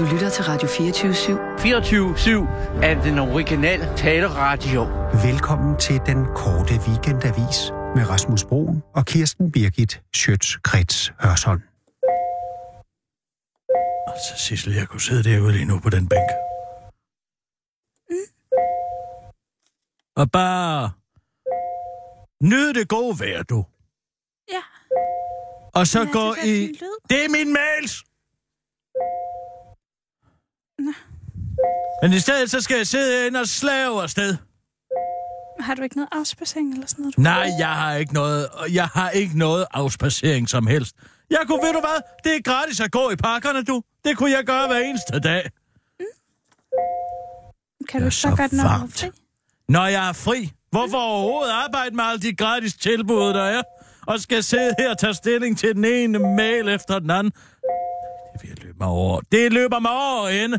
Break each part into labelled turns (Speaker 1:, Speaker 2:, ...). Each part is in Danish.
Speaker 1: Du lytter til Radio 24/7.
Speaker 2: 24/7 er den originale taleradio.
Speaker 3: Velkommen til den korte weekendavis med Rasmus Broen og Kirsten Birgit Schøtz-Krets Hørsholm.
Speaker 4: Altså, Sissel, jeg kunne sidde derude lige nu på den bænk. Og bare nyd det gode vejr, du.
Speaker 5: Ja.
Speaker 4: Og så
Speaker 5: Men
Speaker 4: gå i... Det er min mails!
Speaker 5: Nå.
Speaker 4: Men i stedet, så skal jeg sidde herinde og slave afsted.
Speaker 5: Har du ikke noget afspacering eller sådan noget?
Speaker 4: Nej, jeg har ikke noget afspacering som helst. Jeg kunne, ved du hvad, det er gratis at gå i parkerne, du. Det kunne jeg gøre hver eneste dag.
Speaker 5: Kan du ikke bare gøre det, når du er fri?
Speaker 4: Når jeg er fri? Hvorfor overhovedet arbejde med alle de gratis tilbud, der er? Og skal sidde her og tage stilling til den ene mail efter den anden. Det vil løbe mig over. Det løber mig over ende.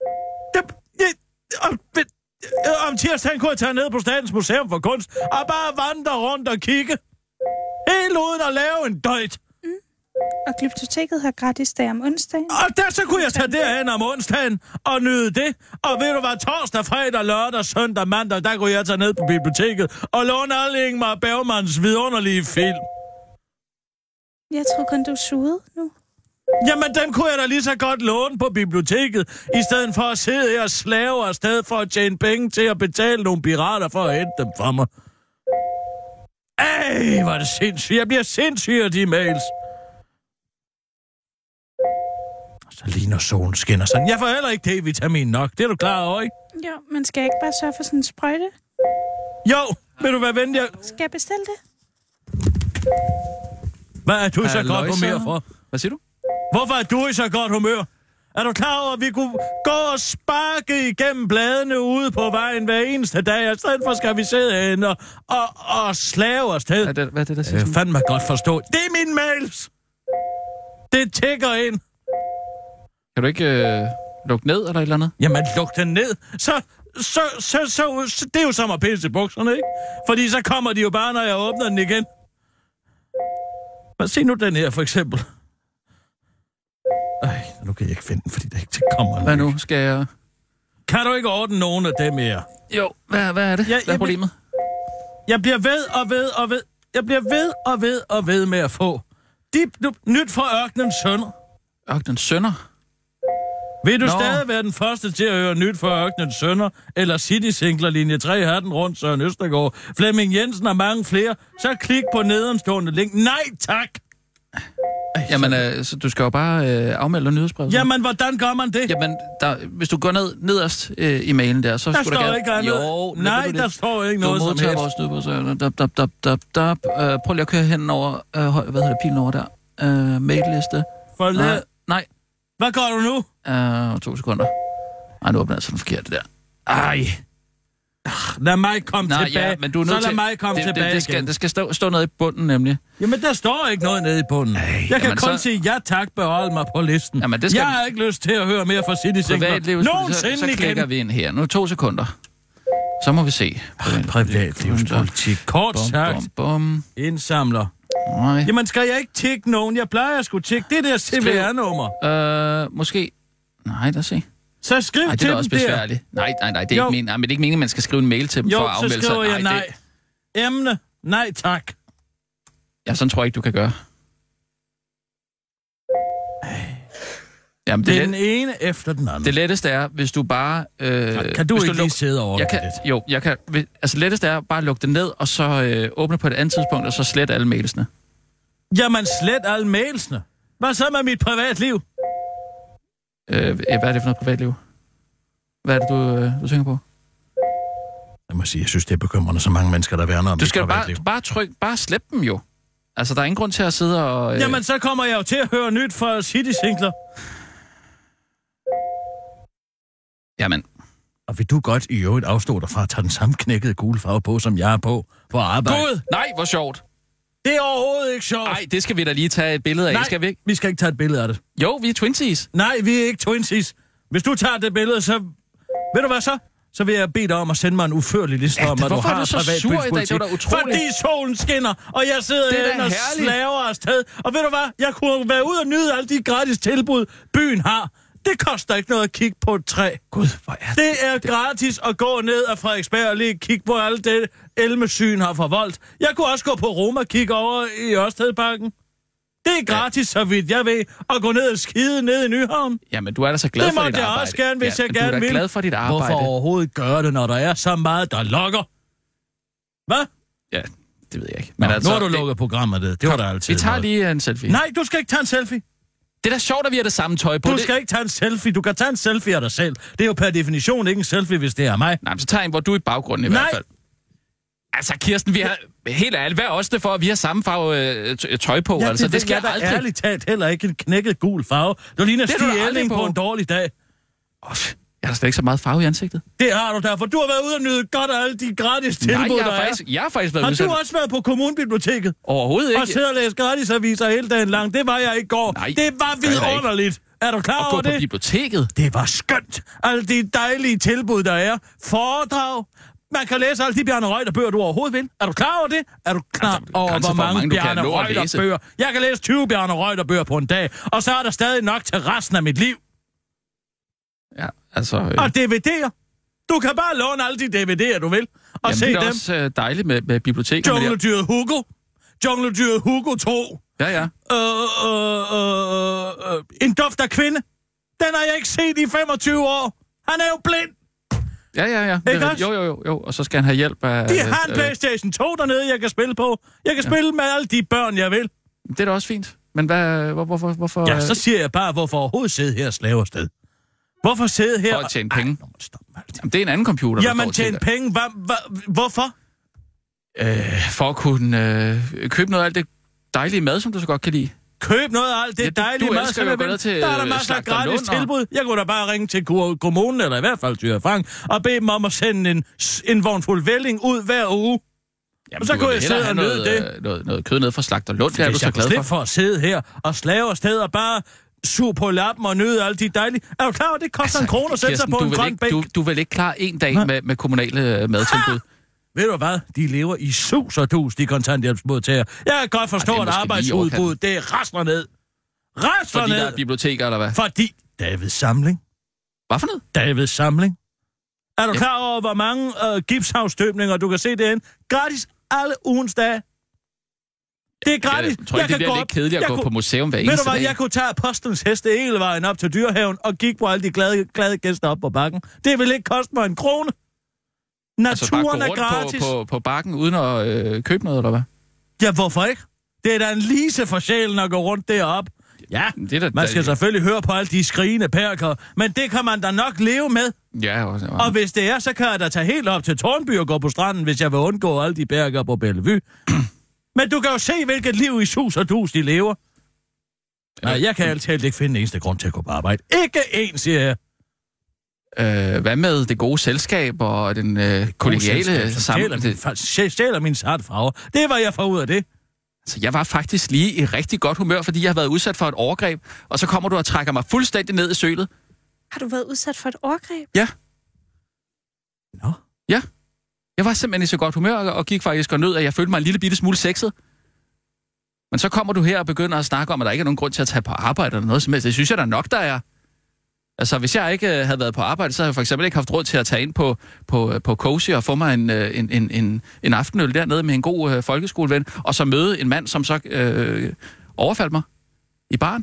Speaker 4: Om tirsdagen kunne jeg tage ned på Statens Museum for Kunst og bare vandre rundt og kigge. Helt uden at lave en døjt.
Speaker 5: Og Glyptoteket har gratis dag om onsdagen.
Speaker 4: Og der så kunne jeg tage derhen om onsdagen og nyde det. Og ved du hvad, torsdag, fredag, lørdag, søndag, mandag, der kunne jeg tage ned på biblioteket og låne alle Ingmar Bergmans vidunderlige film.
Speaker 5: Jeg tror kun, du sugede nu.
Speaker 4: Jamen, dem kunne jeg da lige så godt låne på biblioteket, i stedet for at sidde her og slave afsted for at tjene penge til at betale nogle pirater for at hente dem for mig. Ej, hvor er det sindssygt. Jeg bliver sindssyg af de mails. Så lige når solen skinner sådan. Jeg får heller ikke D-vitamin nok. Det er du klar over, ikke?
Speaker 5: Jo, men skal jeg ikke bare sørge for sådan en sprøjte?
Speaker 4: Jo, vil du være venlig?
Speaker 5: Skal jeg bestille det?
Speaker 4: Hvad er du i så godt humør for?
Speaker 6: Hvad siger du?
Speaker 4: Hvorfor er du i så godt humør? Er du klar over, at vi kunne gå og sparke igennem bladene ude på vejen hver eneste dag, og i stedet for skal vi sidde herinde og slave afsted?
Speaker 6: Hvad er det, der siger?
Speaker 4: Jeg fandme godt forstå. Det er mine mails! Det tækker ind.
Speaker 6: Kan du ikke lukke ned eller et eller andet?
Speaker 4: Jamen, luk den ned. Så det er jo som at pisse i bukserne, ikke? Fordi så kommer de jo bare, når jeg åbner den igen. Men se nu den her, for eksempel. Ej, nu kan jeg ikke finde den, fordi der ikke kommer.
Speaker 6: Hvad nu? Skal jeg...
Speaker 4: Kan du ikke ordne nogen af dem her?
Speaker 6: Jo, hvad er det? Hvad er problemet?
Speaker 4: Jeg bliver ved og ved og ved. Jeg bliver ved og ved og ved med at få nyt fra Ørkenens Sønner.
Speaker 6: Ørkenens Sønner?
Speaker 4: Vil du stadig være den første til at høre nyt fra Ørkenens Sønner, eller City-singler linje 3 hatten rundt Søren Østergaard, Flemming Jensen og mange flere, så klik på nedenstående link. Nej, tak!
Speaker 6: Jamen, så du skal jo bare afmelde nyhedsbrevet.
Speaker 4: Jamen, hvordan gør man det?
Speaker 6: Jamen, hvis du går nederst i mailen der, så
Speaker 4: der
Speaker 6: skulle der
Speaker 4: står ikke noget. Nej, der står ikke noget som helst.
Speaker 6: Du modtager vores nyhedsbrev. Prøv lige at køre hen over, hvad hedder det, pilen over der? Mailliste. Nej.
Speaker 4: Hvad gør du nu?
Speaker 6: 2 sekunder. Nej, nu åbner jeg sådan forkert det der. Ej.
Speaker 4: Lad mig komme tilbage.
Speaker 6: Ja, men du er nødt
Speaker 4: så lad mig komme tilbage igen.
Speaker 6: Det skal stå noget i bunden, nemlig.
Speaker 4: Jamen, der står ikke noget nede i bunden. Jeg kan kun sige, ja tak, behold mig på listen.
Speaker 6: Jamen, det skal...
Speaker 4: Jeg har ikke lyst til at høre mere fra City-singler. Nogensinde
Speaker 6: så klikker vi ind her. Nu 2 sekunder. Så må vi se.
Speaker 4: Privatlivspolitik. Kort sagt. Indsamler.
Speaker 6: Nej.
Speaker 4: Jamen, skal jeg ikke tikke nogen? Jeg plejer at skulle tikke det der CVR-nummer.
Speaker 6: Måske. Nej, lad os se.
Speaker 4: Så skriv til dem der.
Speaker 6: Det er også besværligt. Nej, det er ikke meningen. Men det er ikke meningen, man skal skrive en mail til dem for at afmelde sig.
Speaker 4: Jo, så skriver jeg nej. Emne. Nej, tak.
Speaker 6: Ja, sådan tror jeg ikke, du kan gøre. Jamen,
Speaker 4: det er den ene efter den anden.
Speaker 6: Det letteste er, hvis du bare...
Speaker 4: kan du ikke lige sidde over det?
Speaker 6: Jo, jeg kan. Altså, letteste er bare at lukke det ned, og så åbne på et andet tidspunkt, og så slet alle mailsene.
Speaker 4: Jamen, slet alle mailsene? Hvad så med mit privatliv?
Speaker 6: Hvad er det for noget privatliv? Hvad er det, du tænker på?
Speaker 4: Jeg må sige, jeg synes, det er bekymrende, så mange mennesker, der værner om
Speaker 6: du skal
Speaker 4: mit privatliv.
Speaker 6: bare slippe dem jo. Altså, der er ingen grund til at sidde og...
Speaker 4: Jamen, så kommer jeg jo til at høre nyt fra City-singler.
Speaker 6: Jamen.
Speaker 4: Og vil du godt i øvrigt afstå dig fra at tage den samme knækkede gule farve på, som jeg er på arbejde?
Speaker 6: God! Nej, hvor sjovt.
Speaker 4: Det er overhovedet ikke sjovt.
Speaker 6: Nej, det skal vi da lige tage et billede af,
Speaker 4: Nej,
Speaker 6: skal vi ikke?
Speaker 4: Vi skal ikke tage et billede af det.
Speaker 6: Jo, vi er twinsies.
Speaker 4: Nej, vi er ikke twinsies. Hvis du tager det billede, så... Ved du hvad så? Så vil jeg bede dig om at sende mig en uførlig liste om, at du har privatbilspolitik.
Speaker 6: Det var da utroligt.
Speaker 4: Fordi solen skinner, og jeg sidder herinde og slaver afsted. Og ved du hvad? Jeg kunne være ude og nyde alle de gratis tilbud, byen har. Det koster ikke noget at kigge på et træ.
Speaker 6: Gud, hvor er
Speaker 4: det er gratis at gå ned af Frederiksberg og lige kigge på alt det, Elmesyn har forvoldt. Jeg kunne også gå på Roma og kigge over i Ørstedparken. Det er gratis, så vidt jeg ved, at gå ned og skide ned i Nyhavn.
Speaker 6: Jamen, du er da så glad for dit arbejde.
Speaker 4: Det måtte jeg også gerne, hvis jeg gerne vil.
Speaker 6: Du er da glad for dit arbejde.
Speaker 4: Hvorfor overhovedet gøre det, når der er så meget, der lokker? Hvad?
Speaker 6: Ja, det ved jeg ikke. Men
Speaker 4: nu har du lukket programmet. Det var der altid.
Speaker 6: Vi tager lige en selfie.
Speaker 4: Nej, du skal ikke tage en selfie.
Speaker 6: Det er da sjovt, at vi har det samme tøj på.
Speaker 4: Du skal ikke tage en selfie. Du kan tage en selfie af dig selv. Det er jo per definition ikke en selfie, hvis det er mig.
Speaker 6: Nej, men så tager en, hvor du er i baggrunden i hvert fald. Altså, Kirsten, vi har helt ærligt, hvad er også det for, at vi har samme farve tøj på?
Speaker 4: Ja,
Speaker 6: altså, det skal
Speaker 4: jeg aldrig. Ærligt talt heller ikke en knækket gul farve. Du ligner Stig Elling på en dårlig dag.
Speaker 6: Jeg har slet ikke så meget farve i ansigtet.
Speaker 4: Det har du derfor. Du har været ude og nyde godt af alle de gratis tilbud,
Speaker 6: jeg har faktisk været ude.
Speaker 4: Har du også været på kommunbiblioteket?
Speaker 6: Overhovedet ikke.
Speaker 4: Og sidde og læse gratisaviser hele dagen lang. Det var jeg i går.
Speaker 6: Nej,
Speaker 4: det var vidunderligt. Er du klar over det?
Speaker 6: Og gå på biblioteket?
Speaker 4: Det var skønt. Alle de dejlige tilbud, der er. Foredrag. Man kan læse alle de Bjarne Reuter-bøger, du overhovedet vil. Er du klar over det? Er du klar over, hvor mange Bjarne Reuter-bøger? Jeg kan læse 20 Bjarne Reuter-bøger på en dag, og så er der stadig nok til resten af mit liv.
Speaker 6: Ja, altså...
Speaker 4: Og DVD'er. Du kan bare låne alle de DVD'er, du vil, og se dem.
Speaker 6: Det er også dejligt med biblioteket.
Speaker 4: Jungledyret Hugo. Jungledyret Hugo 2.
Speaker 6: Ja.
Speaker 4: En duft af kvinde. Den har jeg ikke set i 25 år. Han er jo blind.
Speaker 6: Ja. Jo. Og så skal han have hjælp af...
Speaker 4: De har en PlayStation 2 dernede, jeg kan spille på. Jeg kan spille med alle de børn, jeg vil.
Speaker 6: Det er da også fint. Men hvorfor...
Speaker 4: Ja, så siger jeg bare, hvorfor overhovedet sidde her og slave afsted. Hvorfor sidde her...
Speaker 6: For at tjene penge. Jamen, det er en anden computer,
Speaker 4: Jamen, tjene penge. Hvorfor?
Speaker 6: For at kunne købe noget af alt det dejlige mad, som du så godt kan lide.
Speaker 4: Køb noget af alt det dejlige mad, som jeg vil. Der er der masser af gratis tilbud. Jeg kunne da bare ringe til kommunen, eller i hvert fald til Frank, og bede dem om at sende en vognfuld vælling ud hver uge.
Speaker 6: Jamen,
Speaker 4: og så kunne jeg sidde og nyde
Speaker 6: det. Noget kød ned fra Slagter Lund, det er du så glad for.
Speaker 4: For at sidde her og slave afsted og bare suge på lappen og nyde alle de dejlige... Er du klar over, det koster 1 krone at sætte sig på en grøn bænk?
Speaker 6: Du vil ikke klare en dag med kommunale madtilbud.
Speaker 4: Ved du hvad? De lever i sus og dus, de kontanthjælpsmodtagere. Jeg kan godt forstå, at arbejdsudbuddet, det rasler ned.
Speaker 6: Fordi der er biblioteker, eller hvad?
Speaker 4: Fordi Davids Samling.
Speaker 6: Hvad for noget?
Speaker 4: Davids Samling. Er du klar over, hvor mange gipshavsstøbninger du kan se derinde? Gratis alle ugens dage. Det er gratis.
Speaker 6: Jeg tror ikke, det bliver lidt kedeligt at gå på museum hver eneste dag.
Speaker 4: Ved du hvad, jeg kunne tage Apostlenes Heste hele vejen op til Dyrehaven og kigge på alle de glade gæster op på bakken. Det vil ikke koste mig 1 krone. Naturen
Speaker 6: altså
Speaker 4: er gratis.
Speaker 6: På bakken uden at købe noget, eller hvad?
Speaker 4: Ja, hvorfor ikke? Det er da en lise for sjælen at gå rundt derop. Ja, man skal selvfølgelig høre på alle de skrigende perker, men det kan man da nok leve med.
Speaker 6: Ja, også.
Speaker 4: Og hvis det er, så kan jeg da tage helt op til Tårnby og gå på stranden, hvis jeg vil undgå alle de perker på Bellevue. Men du kan jo se, hvilket liv i sus og dus de lever. Nej, jeg kan altid ikke finde en eneste grund til at gå på arbejde. Ikke en, siger jeg.
Speaker 6: Hvad med det gode selskab og den kollegiale sammen?
Speaker 4: Stjæler min sarte farver. Det var jeg for ud af det.
Speaker 6: Så jeg var faktisk lige i rigtig godt humør, fordi jeg har været udsat for et overgreb, og så kommer du og trækker mig fuldstændig ned i sølet.
Speaker 5: Har du været udsat for et overgreb?
Speaker 6: Ja.
Speaker 4: Nå?
Speaker 6: Ja. Jeg var simpelthen i så godt humør, og gik faktisk og nød, at jeg følte mig en lille bitte smule sexet. Men så kommer du her og begynder at snakke om, at der ikke er nogen grund til at tage på arbejde eller noget som helst. Det synes jeg da nok, der er. Altså, hvis jeg ikke havde været på arbejde, så havde jeg for eksempel ikke haft råd til at tage ind på Cozy og få mig en aftenøl dernede med en god folkeskoleven, og så møde en mand, som så overfaldt mig i baren.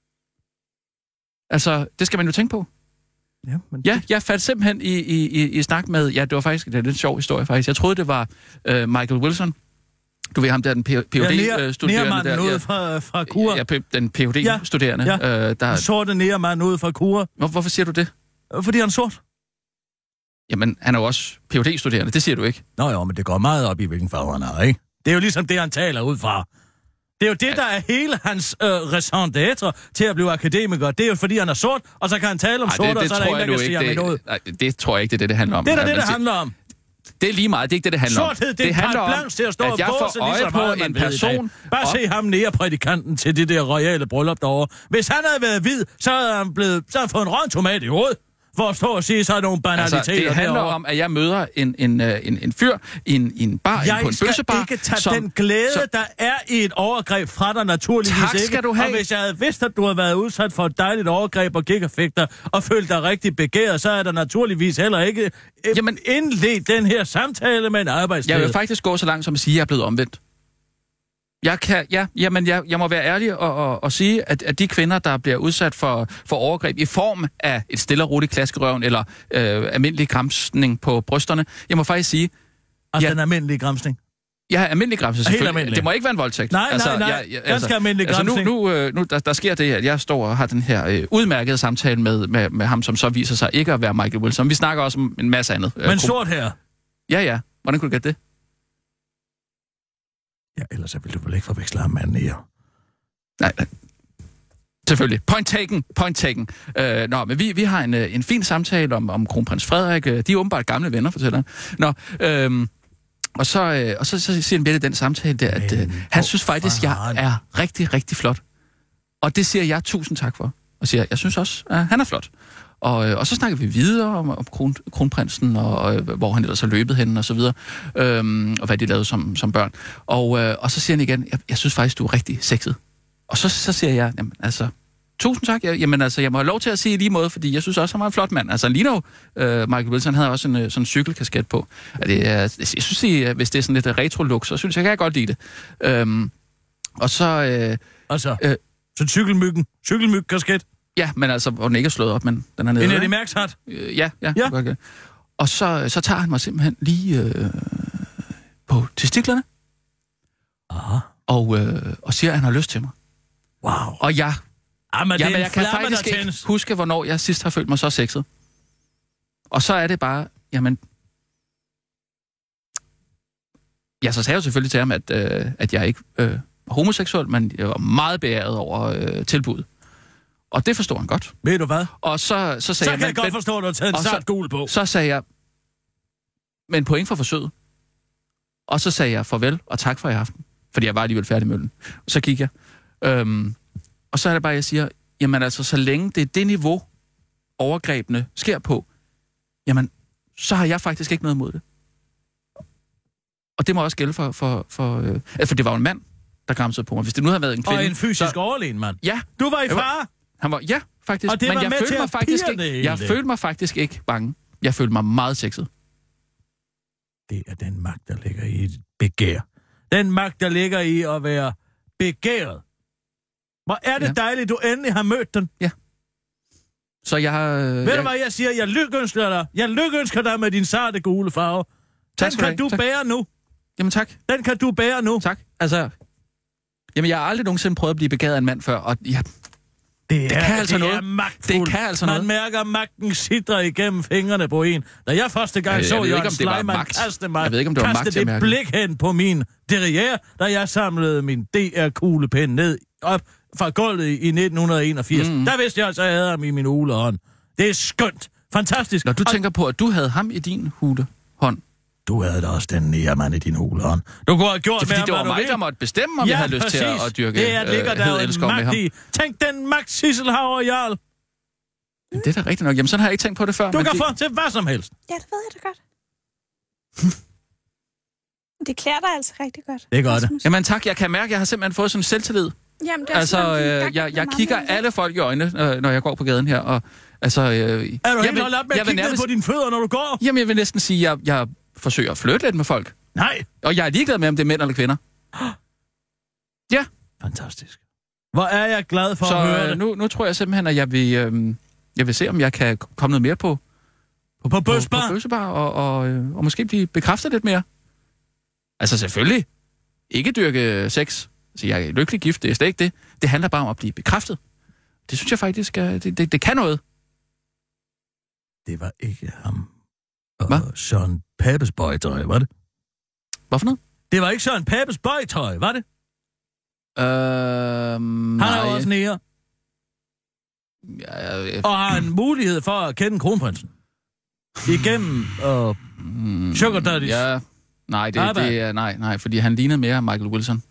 Speaker 6: Altså, det skal man jo tænke på. Ja, jeg faldt simpelthen i snak med... Ja, det var faktisk det er en lidt sjov historie, faktisk. Jeg troede, det var Michael Wilson. Du ved ham der, den Ph.D.-studerende der.
Speaker 4: Nærmanden ude fra Kura.
Speaker 6: Ja, den Ph.D.-studerende.
Speaker 4: Ja, den sorte nærmanden ude fra Kura.
Speaker 6: Hvorfor siger du det?
Speaker 4: Fordi han er sort.
Speaker 6: Jamen, han er jo også Ph.D.-studerende, det siger du ikke.
Speaker 4: Nå jo, men det går meget op i, hvilken farve han har, ikke? Det er jo ligesom det, han taler ud fra. Det er jo det, der er hele hans raison d'être til at blive akademiker. Det er jo, fordi han er sort, og så kan han tale om sort, og så er der ingen, der kan sige ham noget.
Speaker 6: Nej, det tror jeg ikke, det handler om.
Speaker 4: Det er da det handler om.
Speaker 6: Det er lige meget, det er ikke det handler om.
Speaker 4: Sorthed, det handler om, til at stå
Speaker 6: at jeg får øje på en person...
Speaker 4: Bare se ham næreprædikanten til det der royale bryllup derovre. Hvis han havde været hvid, så havde han fået en rådden tomat i hovedet. for at stå og sige sådan nogle banaliteter.
Speaker 6: Altså, det handler om, at jeg møder en fyr i en bar, på en bøssebar.
Speaker 4: Jeg skal ikke tage den glæde, der er i et overgreb fra dig naturligvis
Speaker 6: tak,
Speaker 4: ikke.
Speaker 6: skal du have.
Speaker 4: Og hvis jeg havde vidst, at du havde været udsat for et dejligt overgreb og gik og fik dig og følte dig rigtig begæret, så er der naturligvis heller ikke indledt den her samtale med en arbejdsleder.
Speaker 6: Jeg vil faktisk gå så langt som at sige, at jeg er blevet omvendt. Jeg må være ærlig og sige, at de kvinder, der bliver udsat for overgreb i form af et stille og roligt klaskerøven eller almindelig gramsning på brysterne, jeg må faktisk sige...
Speaker 4: Altså den almindelige gramsning?
Speaker 6: Ja, almindelig gramsning, selvfølgelig.
Speaker 4: Almindelig.
Speaker 6: Det må ikke være en voldtægt.
Speaker 4: Nej, ganske almindelig gramsning.
Speaker 6: Nu der sker det, at jeg står og har den her udmærkede samtale med ham, som så viser sig ikke at være Michael Wilson. Vi snakker også om en masse andet.
Speaker 4: Men sort her?
Speaker 6: Ja. Hvordan kunne du gætte det?
Speaker 4: Ja, ellers vil du vel ikke forveksle ham med Anne.
Speaker 6: Nej. Selvfølgelig. Point taken. Men vi har en fin samtale om kronprins Frederik. De er åbenbart gamle venner, fortæller han. Og så siger han den samtale der, at han synes faktisk, jeg er rigtig, rigtig flot. Og det siger jeg 1000 tak for. Og siger, jeg synes også, at han er flot. Og så snakker vi videre om kronprinsen, og hvor han ellers har løbet henne, og så videre. Og hvad de lavede som børn. Og så siger han igen, jeg synes faktisk, du er rigtig sexet. Og så siger jeg, jamen altså, 1000 tak. Jamen altså, jeg må have lov til at sige i lige måde, fordi jeg synes også, han var en flot mand. Altså, lige nu, Michael Wilson havde også sådan en cykelkasket på. Jeg synes, hvis det er sådan lidt retro-look, så synes jeg, kan jeg godt lide det. Og så...
Speaker 4: så cykelmyg-kasket?
Speaker 6: Ja, men altså, hvor den ikke er slået op, men den er nede.
Speaker 4: En Eddie Merckx-hat?
Speaker 6: Ja. Okay. Og så tager han mig simpelthen lige på testiklerne.
Speaker 4: Aha.
Speaker 6: Og siger, at han har lyst til mig.
Speaker 4: Wow.
Speaker 6: Og jeg kan
Speaker 4: flamme,
Speaker 6: faktisk ikke huske, hvornår jeg sidst har følt mig så sexet. Og så er det bare, jamen... Jeg så sagde jo selvfølgelig til ham, at jeg ikke var homoseksuel, men jeg var meget beæret over tilbuddet. Og det forstår han godt.
Speaker 4: Ved du hvad?
Speaker 6: Og så sagde
Speaker 4: så kan jeg godt forstå, at du har taget en sart gul på.
Speaker 6: Så sagde jeg, men point for forsøget. Og så sagde jeg farvel og tak for i aften. Fordi jeg var alligevel færdig med den. Og så gik jeg. Og så er det bare, jeg siger, jamen altså, så længe det er det niveau, overgrebene sker på, jamen, så har jeg faktisk ikke noget imod det. Og det må også gælde for det var jo en mand, der gramsede på mig. Hvis det nu havde været en kvinde...
Speaker 4: Og en fysisk overlegen mand.
Speaker 6: Ja.
Speaker 4: Du var i fare.
Speaker 6: Han var, ja, faktisk.
Speaker 4: Og det
Speaker 6: men
Speaker 4: var
Speaker 6: jeg
Speaker 4: med
Speaker 6: følte
Speaker 4: til
Speaker 6: mig
Speaker 4: at
Speaker 6: faktisk
Speaker 4: pirre
Speaker 6: ikke. Jeg følte mig faktisk ikke bange. Jeg følte mig meget sexet.
Speaker 4: Det er den magt, der ligger i et begær. Den magt, der ligger i at være begæret. Hvor er det dejligt, du endelig har mødt den.
Speaker 6: Ja. Så jeg har...
Speaker 4: Ved du, hvad jeg siger? Jeg lykønsker dig. Jeg lykønsker dig med din sarte gule farve. Den kan du bære nu.
Speaker 6: Jamen tak.
Speaker 4: Den kan du bære nu.
Speaker 6: Tak. Altså... Jamen, jeg har aldrig nogensinde prøvet at blive begæret af en mand før, og ja... Det kan altså noget.
Speaker 4: Er magtfuldt.
Speaker 6: Det kan altså
Speaker 4: Man mærker magten sidder igennem fingrene på en. Da jeg første gang så Jørgen Sleiman kaste mig, kaste det blik hen på min derrière, da jeg samlede min DR-kuglepen ned op fra gulvet i 1981. Der vidste jeg altså, at jeg havde ham i min hulehånd. Det er skønt. Fantastisk.
Speaker 6: Når du tænker på, at du havde ham i din hulehånd.
Speaker 4: Du havde da også den nærmand i din hulehånd. Du kunne have gjort
Speaker 6: det, fordi det var mig, der måtte bestemme, om jeg havde lyst til at dyrke hedelskov med ham.
Speaker 4: Tænk den magt, Sissel har over Jarl.
Speaker 6: Det er da rigtigt nok. Jamen, sådan har jeg ikke tænkt på det før.
Speaker 4: Du kan få til hvad som helst.
Speaker 5: Ja, det ved jeg da godt. Det klæder dig altså rigtig godt.
Speaker 4: Det gør det.
Speaker 6: Jamen tak, jeg kan mærke, at jeg har simpelthen fået sådan en selvtillid.
Speaker 5: Jamen, det er
Speaker 6: altså, jeg kigger alle folk i øjnene, når jeg går på gaden her, og altså...
Speaker 4: Er du helt holdt op med at kigge ned på dine fødder, når du går?
Speaker 6: Jamen, jeg vil næsten sige, at jeg forsøger at flytte lidt med folk.
Speaker 4: Nej.
Speaker 6: Og jeg er ligeglad med, om det er mænd eller kvinder. Ja.
Speaker 4: Fantastisk. Hvor er jeg glad for at høre det.
Speaker 6: Nu tror jeg simpelthen, at jeg vil se, om jeg kan komme noget mere på bøssebar og måske blive bekræftet lidt mere. Altså selvfølgelig. Ikke dyrke sex. Altså, jeg er lykkelig gift, det er slet ikke det. Det handler bare om at blive bekræftet. Det synes jeg faktisk, det kan noget.
Speaker 4: Det var ikke ham.
Speaker 6: Hvad?
Speaker 4: Søren Papes bøjetøj, var det?
Speaker 6: Hvorfor noget?
Speaker 4: Det var ikke Søren Papes bøjetøj, var det? Han er jo også nære. Og har en mulighed for at kende kronprinsen. Igennem Sugar Daddies.
Speaker 6: Ja, nej, fordi han lignede mere Michael Wilson.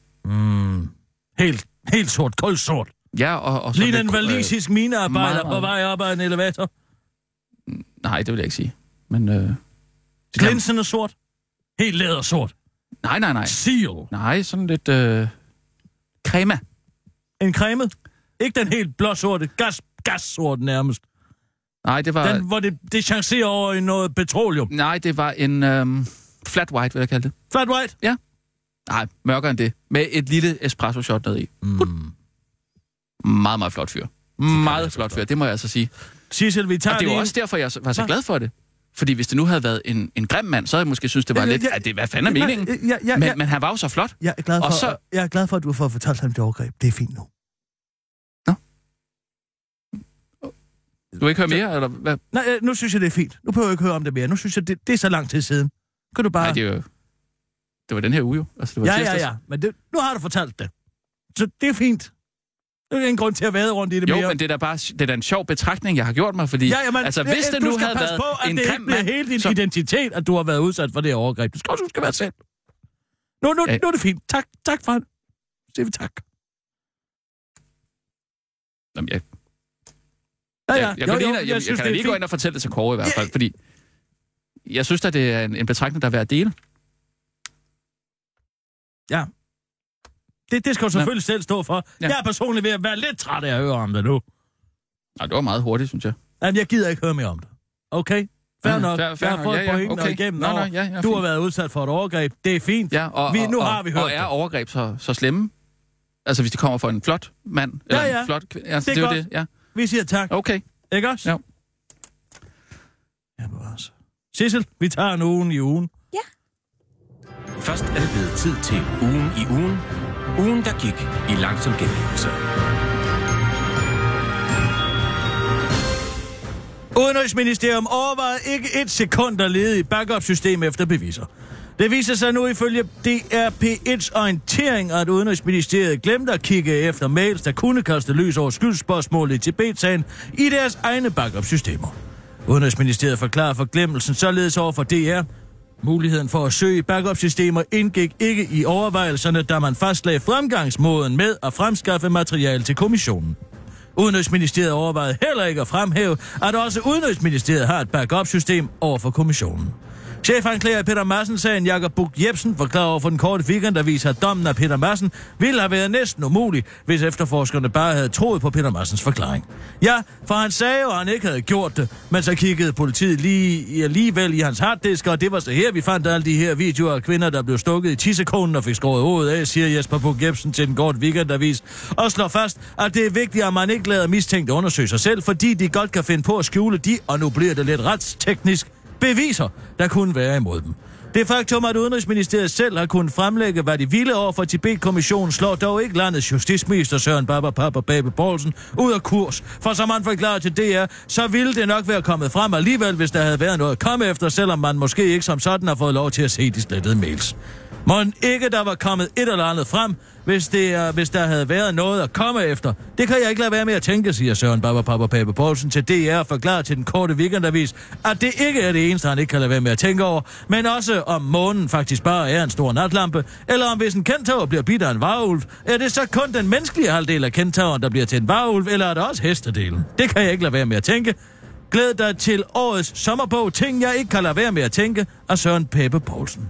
Speaker 4: Helt sort, koldsort.
Speaker 6: Ja, og
Speaker 4: lige en walisisk minearbejder på vej op ad en elevator.
Speaker 6: Nej, det vil jeg ikke sige. Men...
Speaker 4: Glinsende sort? Helt lædersort?
Speaker 6: Nej.
Speaker 4: Seal?
Speaker 6: Nej, sådan lidt... crema.
Speaker 4: En cremet? Ikke den helt blåsorte, gassort nærmest.
Speaker 6: Nej, det var...
Speaker 4: Den, hvor det chancerer over i noget petroleum.
Speaker 6: Nej, det var en flat white, vil jeg kalde det.
Speaker 4: Flat white?
Speaker 6: Ja. Nej, mørkere end det. Med et lille espresso shot ned i. Meget, meget flot fyr. Meget flot fyr, det må jeg altså sige.
Speaker 4: Sissel, vi tager
Speaker 6: og det var også derfor, jeg var så glad for det. Fordi hvis det nu havde været en grim mand, så havde jeg måske synes det var lidt... hvad fanden er meningen? Men han var jo så flot.
Speaker 4: Jeg er glad for, at du har fået fortalt ham det overgreb. Det er fint nu.
Speaker 6: Nå. Du vil ikke høre mere, eller hvad?
Speaker 4: Nej, nu synes jeg, det er fint. Nu behøver jeg ikke høre om det mere. Nu synes jeg, det er så lang tid siden. Kan du bare...
Speaker 6: Nej, det var den her uge jo. Altså, det var
Speaker 4: ja. Men nu har du fortalt det. Så det er fint. Der er ingen grund til at vade rundt i det mere.
Speaker 6: Jo, men det er da en sjov betragtning, jeg har gjort mig, fordi... altså, hvis det nu havde været
Speaker 4: på,
Speaker 6: en grim
Speaker 4: mand... Det er hele din identitet, at du har været udsat for det overgreb. Du skal være selv. Nu er det fint. Tak for det. Siger vi tak.
Speaker 6: Jamen, jeg kan da lige gå ind og fortælle det til Kåre i hvert fald, fordi... Jeg synes, at det er en betragtning, der er værd at dele.
Speaker 4: Ja. Det skal du selvfølgelig selv stå for. Ja. Jeg er personligt ved at være lidt træt af at høre om det nu.
Speaker 6: Nej, det var meget hurtigt, synes jeg.
Speaker 4: Jamen, jeg gider ikke høre mere om det. Okay? Fair nok. Jeg har fået pointen og igennem. Du har været udsat for et overgreb. Det er fint.
Speaker 6: Ja, nu har vi hørt og er overgreb så slemme? Altså, hvis de kommer fra en flot mand? Eller en flot kvinde? Altså, det er godt. Det, ja.
Speaker 4: Vi siger tak.
Speaker 6: Okay.
Speaker 4: Ikke også?
Speaker 6: Jo.
Speaker 4: Ja, bevares. Sissel, vi tager en ugen i ugen.
Speaker 5: Ja.
Speaker 7: Først er det blevet tid til ugen i ugen. Ugen, der gik i langsom gengivelse.
Speaker 4: Udenrigsministerium overvejede ikke et sekund at lede i backup-system efter beviser. Det viser sig nu ifølge DRP1's orientering, at Udenrigsministeriet glemte at kigge efter mails, der kunne kaste lys over skyldsspørgsmålet i Tibet-sagen i deres egne backup-systemer. Udenrigsministeriet forklarer forglemmelsen således over for DR. Muligheden for at søge i backup-systemer indgik ikke i overvejelserne, da man fastlagde fremgangsmåden med at fremskaffe materiale til kommissionen. Udenrigsministeriet overvejede heller ikke at fremhæve, at også Udenrigsministeriet har et backup-system over for kommissionen. Chefanklager Peter Madsen-sagen Jakob Buch-Jebsen forklarer over for den korte weekendavis, at dommen af Peter Madsen ville have været næsten umulig, hvis efterforskerne bare havde troet på Peter Madsens forklaring. Ja, for han sagde jo, at han ikke havde gjort det, men så kiggede politiet alligevel i hans harddisk, og det var så her, vi fandt alle de her videoer af kvinder, der blev stukket i 10 sekunder og fik skåret hovedet af, siger Jesper Buch-Jebsen til den korte weekendavis, og slår fast, at det er vigtigt, at man ikke lader mistænkte undersøge sig selv, fordi de godt kan finde på at skjule de, og nu bliver det lidt retsteknisk, beviser, der kunne være imod dem. Det faktum, at Udenrigsministeriet selv har kunnet fremlægge, hvad de ville over for Tibet-kommissionen, slår dog ikke landets justitsminister Søren Pape Poulsen ud af kurs. For som han forklarer til DR, så ville det nok være kommet frem alligevel, hvis der havde været noget at komme efter, selvom man måske ikke som sådan har fået lov til at se de slettede mails. Må ikke der var kommet et eller andet frem, hvis der havde været noget at komme efter. Det kan jeg ikke lade være med at tænke, siger Søren Pape Poulsen til DR og forklarer til den korte weekendavis, at det ikke er det eneste, han ikke kan lade være med at tænke over, men også om månen faktisk bare er en stor natlampe, eller om hvis en kentaur bliver bidt af en varulv, er det så kun den menneskelige halvdel af kentauren, der bliver til en varulv, eller er det også hestedelen? Det kan jeg ikke lade være med at tænke. Glæd dig til årets sommerbog, ting jeg ikke kan lade være med at tænke, af Søren Pape Poulsen.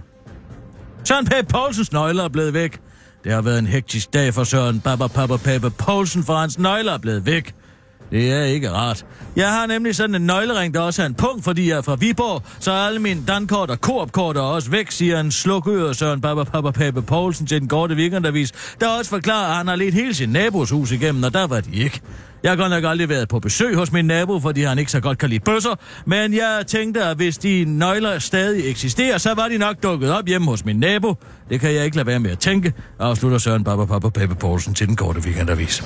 Speaker 4: Søren Pape Poulsens nøgler er blevet væk. Det har været en hektisk dag for Søren Pape Poulsen, for hans nøgler er blevet væk. Det er ikke rart. Jeg har nemlig sådan en nøglering, der også er en punkt, fordi jeg er fra Viborg, så alle mine dankort og Coop-kort er også væk, siger en slukøret Søren Pape Poulsen til den korte weekendavis, der også forklarer, at han har ledt hele sin nabos hus igennem, og der var de ikke. Jeg har godt nok aldrig været på besøg hos min nabo, fordi han ikke så godt kan lide bøsser, men jeg tænkte, at hvis de nøgler stadig eksisterer, så var de nok dukket op hjemme hos min nabo. Det kan jeg ikke lade være med at tænke, afslutter Søren Pape Poulsen til den korte weekendavis.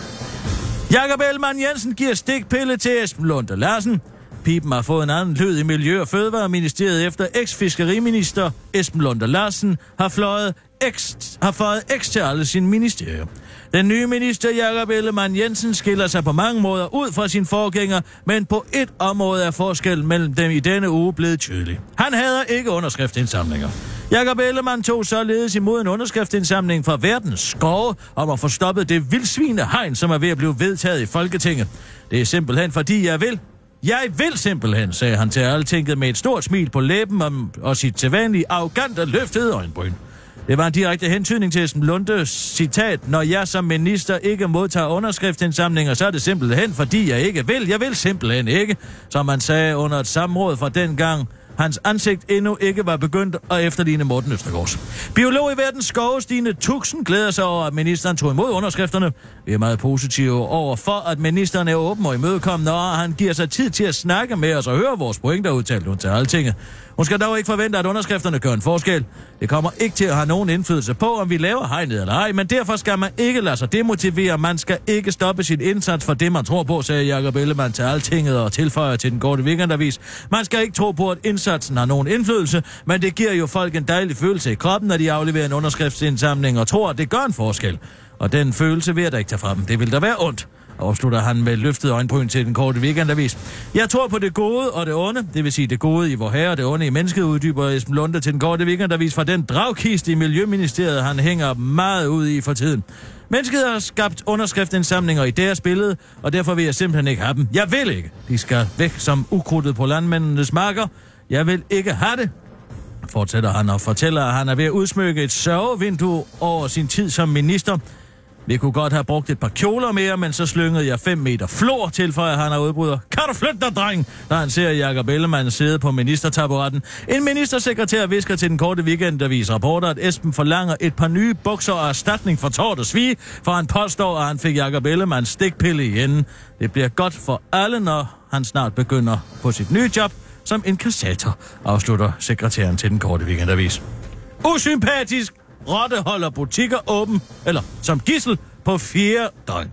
Speaker 4: Jakob Ellemann-Jensen giver stikpille til Esben Lunde Larsen. Pipen har fået en anden lyd i Miljø- og Fødevareministeriet efter eks-fiskeriminister Esben Lunde Larsen har føjet X til alle sine ministerier. Den nye minister Jakob Ellemann-Jensen skiller sig på mange måder ud fra sin forgænger, men på et område er forskellen mellem dem i denne uge blevet tydelig. Han hader ikke underskriftindsamlinger. Jakob Ellemann tog således imod en underskriftindsamling fra verdens skove om at få stoppet det vildsvinehegn, som er ved at blive vedtaget i Folketinget. Det er simpelthen fordi jeg vil. Jeg vil simpelthen, sagde han til Altinget med et stort smil på læben og sit sædvanlige arrogante løftede øjenbryn. Det var en direkte hentydning til Esben Lundes citat: når jeg som minister ikke modtager underskriftsindsamlinger, så er det simpelthen, fordi jeg ikke vil. Jeg vil simpelthen ikke, som han sagde under et samråd fra dengang. Hans ansigt endnu ikke var begyndt at efterligne Morten Østergaards. Biolog i verdens skove, Stine Tuxen, glæder sig over, at ministeren tog imod underskrifterne. Vi er meget positive over for, at ministeren er åben og imødekommende, og han giver sig tid til at snakke med os og høre vores pointer, udtalt hun til Altinget. Hun skal dog ikke forvente, at underskrifterne gør en forskel. Det kommer ikke til at have nogen indflydelse på, om vi laver hegnet eller ej, men derfor skal man ikke lade sig demotivere. Man skal ikke stoppe sin indsats for det, man tror på, sagde Jakob Ellemann til Altinget og tilføjer til den korte weekendavis. Man skal ikke tro på, at indsatsen har nogen indflydelse, men det giver jo folk en dejlig følelse i kroppen, når de afleverer en underskriftsindsamling og tror, at det gør en forskel. Og den følelse vil jeg da ikke tage fra dem. Det vil da være ondt. Afslutter han med løftet øjenbryn til den korte weekendavis. Jeg tror på det gode og det onde, det vil sige det gode i vor herre og det onde i mennesket, uddyber Esben Lunde til den korte weekendavis fra den dragkiste i Miljøministeriet, han hænger meget ud i for tiden. Mennesket har skabt underskriftsindsamlinger i deres billede, og derfor vil jeg simpelthen ikke have dem. Jeg vil ikke. De skal væk som ukrudtet på landmændenes marker. Jeg vil ikke have det. Fortsætter han og fortæller, at han er ved at udsmykke et sørgevindue over sin tid som minister. Vi kunne godt have brugt et par kjoler mere, men så slyngede jeg 5 meter flor, tilføjer han og udbryder. Kan du flytte dig, dreng? Da han ser Jakob Ellemann sidde på ministertaburetten. En ministersekretær visker til den korte weekendavis rapporter, at Esben forlanger et par nye bukser og erstatning for tort og svige, for han påstår, at han fik Jakob Ellemanns stikpille i enden. Det bliver godt for alle, når han snart begynder på sit nye job som inkassator, afslutter sekretæren til den korte weekendavis. Usympatisk! Rotte holder butikker åben, eller som gidsel, på 4 døgn.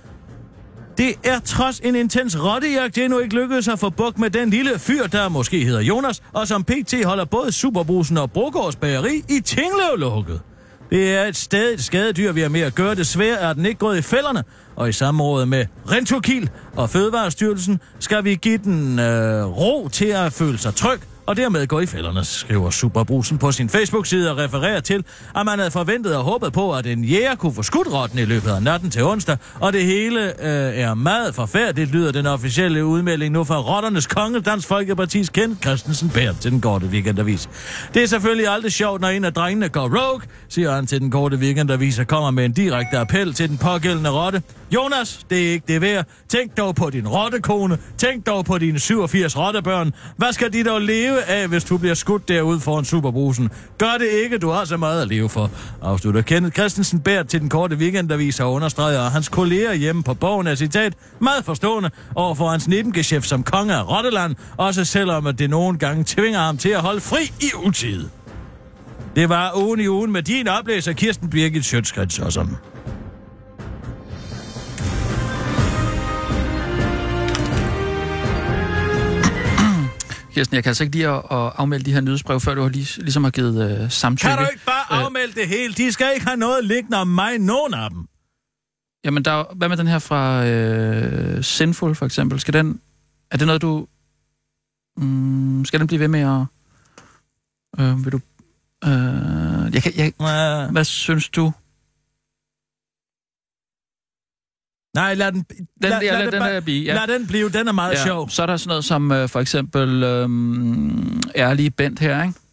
Speaker 4: Det er trods en intens rottejagt endnu ikke lykkedes at få bugt med den lille fyr, der måske hedder Jonas, og som pt. Holder både Superbrusen og Brogårds bageri i Tinglev lukket. Det er et stadigt skadedyr, vi har med at gøre. Desværre er den ikke gået i fælderne, og i samråd med Rentokil og Fødevarestyrelsen skal vi give den ro til at føle sig tryg, og dermed gå i fælderne, skriver Superbrusen på sin Facebook-side og refererer til, at man havde forventet og håbet på, at en jæger kunne få skudt rotten i løbet af natten til onsdag, og det hele er meget forfærdeligt, lyder den officielle udmelding nu fra rotternes konge, Dansk Folkepartis Kent Christensen Bært til den korte weekendavis. Det er selvfølgelig aldrig sjovt, når en af drengene går rogue, siger han til den korte weekendavis og kommer med en direkte appel til den pågældende rotte. Jonas, det er ikke det værd. Tænk dog på din rottekone. Tænk dog på dine 87 rottebørn. Hvad skal de dog leve af, hvis du bliver skudt derude foran Superbrusen? Gør det ikke, du har så meget at leve for, afslutter Kenneth Christensen Bært til den korte weekendavis og understreger, at hans kolleger hjemme på Borgen er citat meget forstående over for hans nebengeschæft som konge af Rotteland, også selvom at det nogle gange tvinger ham til at holde fri i utide. Det var ugen i ugen med din oplæser Kirsten Birgit Schøtzgrads og som.
Speaker 6: Kirsten, jeg kan altså ikke lige at afmelde de her nyhedsbrev, før du har ligesom har givet samtykke.
Speaker 4: Kan du ikke bare afmelde det hele? De skal ikke have noget liggende om mig, nogen af dem.
Speaker 6: Jamen, hvad med den her fra Sinful, for eksempel? Er det noget, du... skal den blive ved med at... vil du... hvad synes du?
Speaker 4: Nej, lad den blive. Den er meget sjov.
Speaker 6: Så er der sådan noget som for eksempel ærlige Bent her, ikke?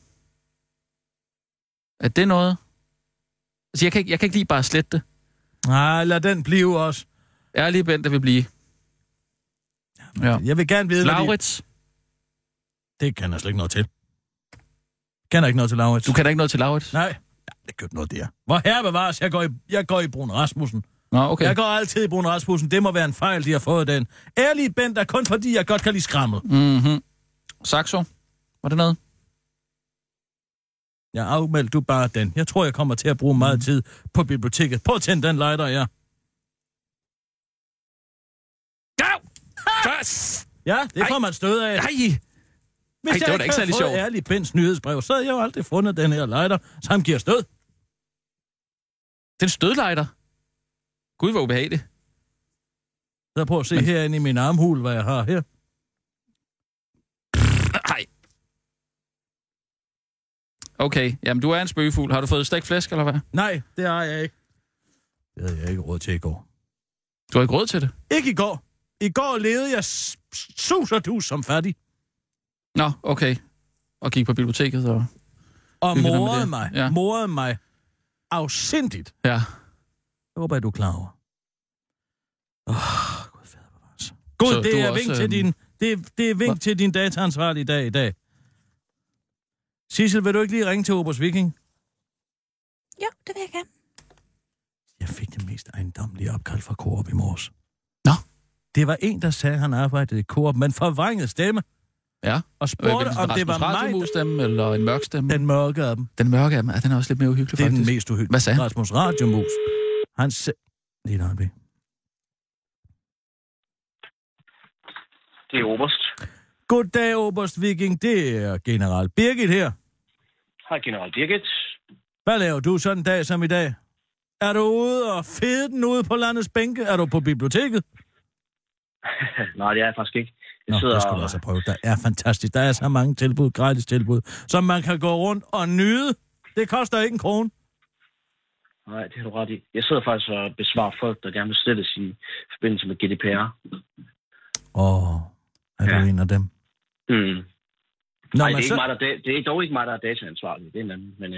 Speaker 6: Er det noget? Altså, jeg kan ikke lige bare slette det.
Speaker 4: Nej, lad den blive også.
Speaker 6: Ærlige Bent, der vil blive.
Speaker 4: Ja. Jeg vil gerne vide...
Speaker 6: Laurits?
Speaker 4: Det kan jeg slet ikke noget til. Kender ikke noget til Laurits.
Speaker 6: Du kender ikke noget til Laurits?
Speaker 4: Nej. Ja, det gør noget der. Hvor herre bevares, jeg går i Brun Rasmussen.
Speaker 6: Nå, okay.
Speaker 4: Jeg går altid i Brun Rasmussen. Det må være en fejl, de har fået den. Ærlig Bent er kun fordi, jeg godt kan lide skrammel.
Speaker 6: Mhm. Saxo? Var det noget?
Speaker 4: Ja, afmeld du bare den. Jeg tror, jeg kommer til at bruge meget tid på biblioteket. Prøv at tænde den lighter, ja. Ja, det får man stød af.
Speaker 6: Nej!
Speaker 4: Hvis
Speaker 6: det var da ikke særlig sjovt.
Speaker 4: Hvis jeg ærlig Bents nyhedsbrev, så havde jeg jo aldrig fundet den her lighter, så han giver stød.
Speaker 6: Den stødlighter? Gud, hvor ubehageligt.
Speaker 4: Så prøv at se herinde i min armhul, hvad jeg har her.
Speaker 6: Nej. Okay, jamen du er en spøgefugl. Har du fået stegt flæsk, eller hvad?
Speaker 4: Nej, det har jeg ikke. Det havde jeg ikke råd til i går.
Speaker 6: Du har ikke råd til det?
Speaker 4: Ikke i går. I går levede jeg suserdus som fattig.
Speaker 6: Nå, okay. Og gik på biblioteket og...
Speaker 4: Og morede mig afsindigt.
Speaker 6: Ja.
Speaker 4: Jeg håber, du er klar over. Gud fader bevares. Gud, det er vink til din... Det er vink til din dataansvarlige i dag. Sissel, vil du ikke lige ringe til Oberst Viking?
Speaker 5: Jo, det vil jeg gerne.
Speaker 4: Jeg fik det mest ejendommelige opkald fra Coop i morges.
Speaker 6: Nå?
Speaker 4: Det var en, der sagde, at han arbejdede i Coop, men forvrænget stemme.
Speaker 6: Ja.
Speaker 4: Og spurgte, om det var mig...
Speaker 6: stemme eller en mørk stemme?
Speaker 4: Den mørke af dem.
Speaker 6: Den mørke af dem, den er også lidt mere uhyggelig, faktisk.
Speaker 4: Det er den mest uhyggelige.
Speaker 6: Hvad sagde han?
Speaker 4: Rasmus Radiomus. Han sagde... Lige et øjeblik.
Speaker 8: Det er Oberst.
Speaker 4: Goddag, Oberst Viking. Det er General Birgit her.
Speaker 8: Hej, General Birgit.
Speaker 4: Hvad laver du sådan en dag som i dag? Er du ude og fede den ude på landets bænke? Er du på biblioteket?
Speaker 8: Nej, det er jeg faktisk ikke.
Speaker 4: Jeg skulle også prøve. Der er fantastisk. Der er så mange tilbud, gratis tilbud, som man kan gå rundt og nyde. Det koster ikke en krone.
Speaker 8: Nej, det har du ret i. Jeg sidder faktisk og besvarer folk, der gerne vil slettes i forbindelse med GDPR.
Speaker 4: Er du en af dem?
Speaker 8: Nej, det er dog ikke mig, der er dataansvarlig. Det er en anden. Men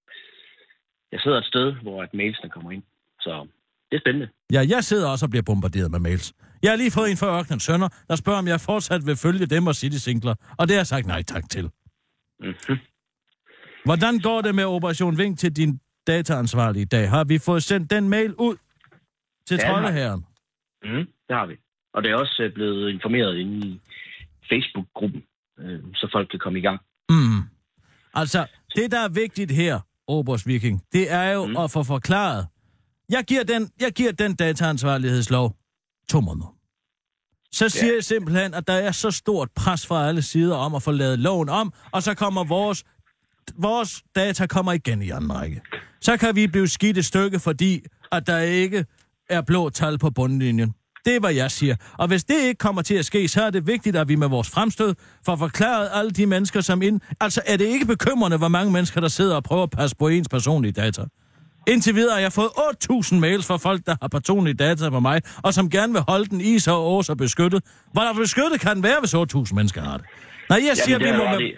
Speaker 8: jeg sidder et sted, hvor mailsene kommer ind. Så det er spændende.
Speaker 4: Ja, jeg sidder også og bliver bombarderet med mails. Jeg har lige fået en fra Ørkenens Sønner, der spørger, om jeg fortsat vil følge dem og City Singler. Og det har jeg sagt nej tak til.
Speaker 8: Mm-hmm.
Speaker 4: Hvordan går det med Operation Vink til din dataansvarlige i dag? Har vi fået sendt den mail ud til troldeherren?
Speaker 8: Det har vi. Og det er også blevet informeret inde i Facebook-gruppen, så folk kan komme i gang.
Speaker 4: Altså, det der er vigtigt her, Oberst Viking, det er jo at få forklaret. Jeg giver den dataansvarlighedslov 2 måneder. Så siger jeg simpelthen, at der er så stort pres fra alle sider om at få lavet loven om, og så kommer vores data kommer igen i anden række. Så kan vi blive skidt et stykke, fordi at der ikke er blå tal på bundlinjen. Det er, hvad jeg siger. Og hvis det ikke kommer til at ske, så er det vigtigt, at vi med vores fremstød får forklaret alle de mennesker, som Altså, er det ikke bekymrende, hvor mange mennesker, der sidder og prøver at passe på ens personlige data? Indtil videre har jeg fået 8.000 mails fra folk, der har personlige data på mig, og som gerne vil holde den i så beskyttet. Hvor beskyttet kan den være, hvis 8.000 mennesker har det? Nej, jeg siger, vi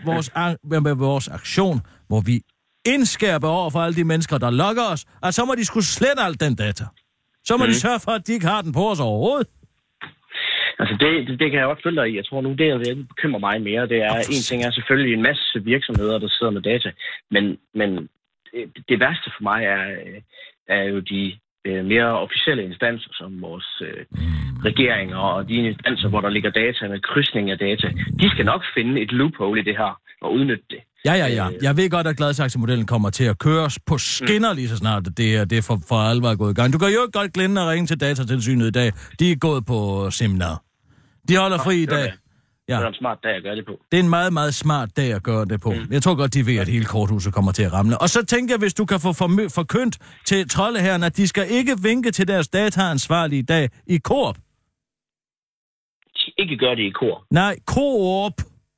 Speaker 4: må med vores aktion, hvor vi indskærper over for alle de mennesker, der logger os, at så må de skulle slette alt den data. Så må de sørge for, at de ikke har den på os overhovedet.
Speaker 8: Altså, det kan jeg godt følge dig i. Jeg tror nu, det bekymrer mig mere. Det er, en ting er selvfølgelig en masse virksomheder, der sidder med data, men det værste for mig er jo de mere officielle instanser, som vores regeringer og de instanser, hvor der ligger data med krydsning af data. De skal nok finde et loophole i det her og udnytte det.
Speaker 4: Ja. Jeg ved godt, at Gladsaxe-modellen kommer til at køres på skinner lige så snart, det er for alvor gået i gang. Du kan jo ikke godt glemme at ringe til Datatilsynet i dag. De er gået på seminar. De holder fri i dag.
Speaker 8: Ja. Det er en smart dag at gøre det på.
Speaker 4: Det er en meget, meget smart dag at gøre det på. Jeg tror godt, de ved, at hele korthuset kommer til at ramle. Og så tænker jeg, hvis du kan få forkyndt til troldeherren, at de skal ikke vinke til deres dataansvarlige i dag i Coop.
Speaker 8: Ikke gøre det i Coop?
Speaker 4: Nej, Coop.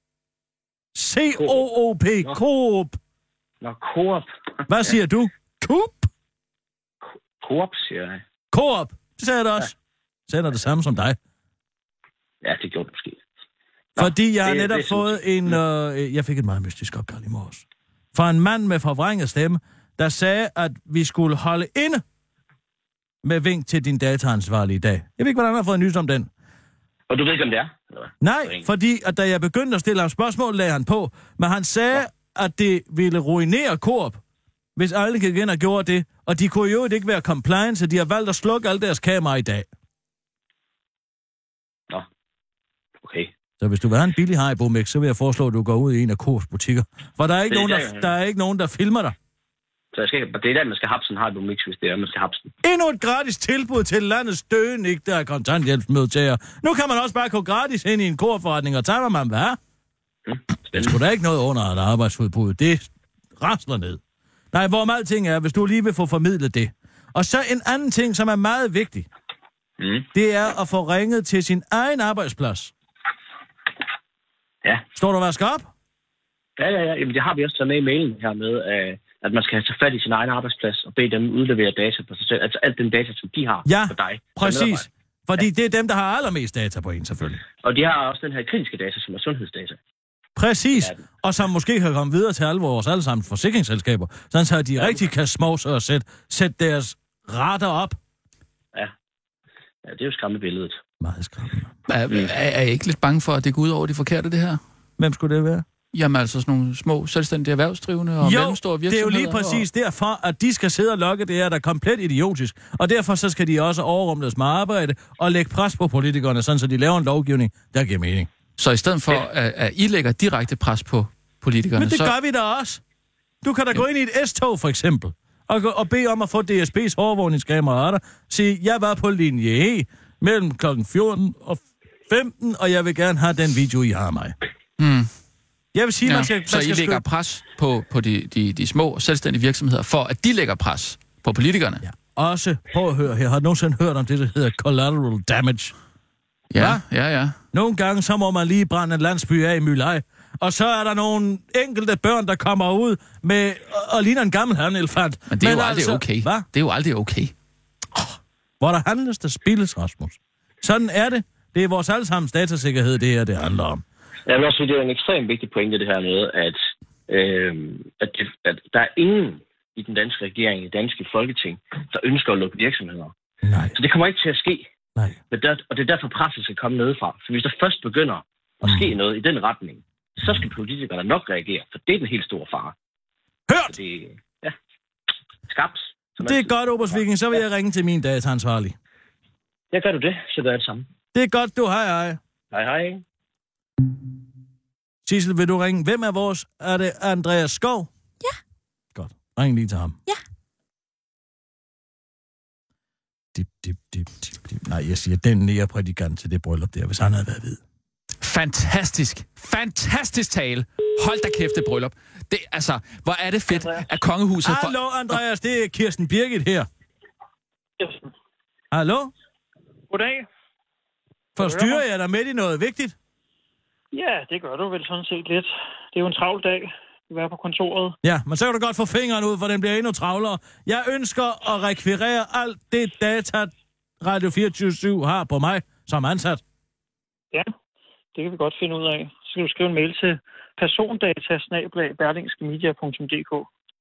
Speaker 4: C-O-O-P. Coop.
Speaker 8: Nå, Coop.
Speaker 4: Hvad siger du? Coop?
Speaker 8: Coop, siger jeg.
Speaker 4: Coop. Det sagde jeg da også. Sender det samme som dig.
Speaker 8: Ja, det gjorde det måske.
Speaker 4: Fordi jeg har netop fået jeg fik et meget mystisk opkald i morges. Fra en mand med forvrænget stemme, der sagde, at vi skulle holde inde med vink til din dataansvarlige i dag. Jeg ved ikke, hvordan han har fået nys om den.
Speaker 8: Og du ved ikke, om det er?
Speaker 4: Nej, fordi at da jeg begyndte at stille ham spørgsmål, lagde han på. Men han sagde, at det ville ruinere Coop, hvis alle gik ind og gjorde det. Og de kunne jo ikke være compliant, så de har valgt at slukke alle deres kameraer i dag.
Speaker 8: Nå, okay.
Speaker 4: Så hvis du vil have en billig Haribo Mix, så vil jeg foreslå, at du går ud i en af Coops butikker. For der er ikke nogen, der filmer dig.
Speaker 8: Så det er der, man skal hapse en Haribo Mix, hvis det er, man skal hapse den.
Speaker 4: Endnu et gratis tilbud til landets døende, ikke der er kontanthjælpsmodtagere. Nu kan man også bare gå gratis ind i en Coop-forretning og tage, hvad man vil have. Det skulle da ikke noget under et arbejdsudbud. Det rasler ned. Nej, hvor meget ting er, hvis du lige vil få formidlet det. Og så en anden ting, som er meget vigtig. Det er at få ringet til sin egen arbejdsplads.
Speaker 8: Ja.
Speaker 4: Står du og vasker op?
Speaker 8: Ja. Jamen, det har vi også taget med i mailen her med, at man skal have fat i sin egen arbejdsplads og bede dem udlevere data på sig selv. Altså alt den data, som de har på dig.
Speaker 4: Ja, præcis. Fordi det er dem, der har allermest data på en, selvfølgelig.
Speaker 8: Og de har også den her kritiske data, som er sundhedsdata.
Speaker 4: Præcis. Og som måske kan komme videre til alle vores allesammen forsikringsselskaber, sådan så de rigtig kan småse og sætte deres rater op.
Speaker 8: Ja, det er jo skræmmebilledet.
Speaker 4: Meget skræmmende.
Speaker 6: Er I ikke lidt bange for, at det går ud over de forkerte, det her?
Speaker 4: Hvem skulle det være?
Speaker 6: Jamen altså sådan nogle små selvstændige erhvervsdrivende og mellemstore virksomheder.
Speaker 4: Det er jo lige præcis derfor, at de skal sidde og logge det her, der er komplet idiotisk. Og derfor så skal de også overrumles med arbejde og lægge pres på politikerne, sådan så de laver en lovgivning, der giver mening.
Speaker 6: Så i stedet for, at I lægger direkte pres på politikerne...
Speaker 4: Men det gør vi da også. Du kan da gå ind i et S-tog, for eksempel, og bede om at få DSB's overvågningskameraer. Sige, jeg var på linje E mellem kl. 14 og 15, og jeg vil gerne have den video, I har af mig. Jeg vil sige,
Speaker 6: så I lægger pres på de små selvstændige virksomheder, for at de lægger pres på politikerne?
Speaker 4: Ja. Også, prøv at høre her, har du nogensinde hørt om det, der hedder collateral damage?
Speaker 6: Ja.
Speaker 4: Nogle gange, så må man lige brænde en landsby af i Mylej, og så er der nogle enkelte børn, der kommer ud med og ligner en gammel hanelefant.
Speaker 6: Men det er jo aldrig okay. Hvad? Det er jo aldrig okay.
Speaker 4: Hvor der handles, der spilles, Rasmus. Sådan er det. Det er vores allesammens datasikkerhed, det her, det handler om.
Speaker 8: Jeg vil også sige, det er en ekstremt vigtig pointe, det her med, at der er ingen i den danske regering, i det danske folketing, der ønsker at lukke virksomheder.
Speaker 4: Nej.
Speaker 8: Så det kommer ikke til at ske.
Speaker 4: Nej.
Speaker 8: Og det er derfor, presset skal komme nedefra. For hvis der først begynder at ske noget i den retning, så skal politikerne nok reagere, for det er den helt store fare.
Speaker 4: Hørt!
Speaker 8: Skabt.
Speaker 4: Det er godt, Obersviking. Så vil jeg ringe til min dataansvarlig.
Speaker 8: Ja, gør du det, så gør jeg det samme.
Speaker 4: Det er godt, du. Hej.
Speaker 8: Hej.
Speaker 4: Sissel, vil du ringe? Hvem er vores? Er det Andreas Skov?
Speaker 5: Ja.
Speaker 4: Godt. Ring lige til ham.
Speaker 5: Ja.
Speaker 4: Dip. Nej, jeg siger, den næreprædikant til det bryllup der, hvis han havde været hvid.
Speaker 6: Fantastisk tale. Hold da kæft, det bryllup. Det, altså, hvor er det fedt, at kongehuset...
Speaker 4: Hallo, Andreas, det er Kirsten Birgit her. Hallo?
Speaker 9: Goddag.
Speaker 4: Forstyrrer jeg dig midt i noget vigtigt?
Speaker 9: Ja, det gør du vel sådan set lidt. Det er jo en travl dag at være på kontoret.
Speaker 4: Ja, men så kan du godt få fingeren ud, for den bliver endnu travlere. Jeg ønsker at rekvirere alt det data, Radio 24/7 har på mig som ansat.
Speaker 9: Ja, det kan vi godt finde ud af. Så skal du skrive en mail til persondata@berlingskmedia.dk.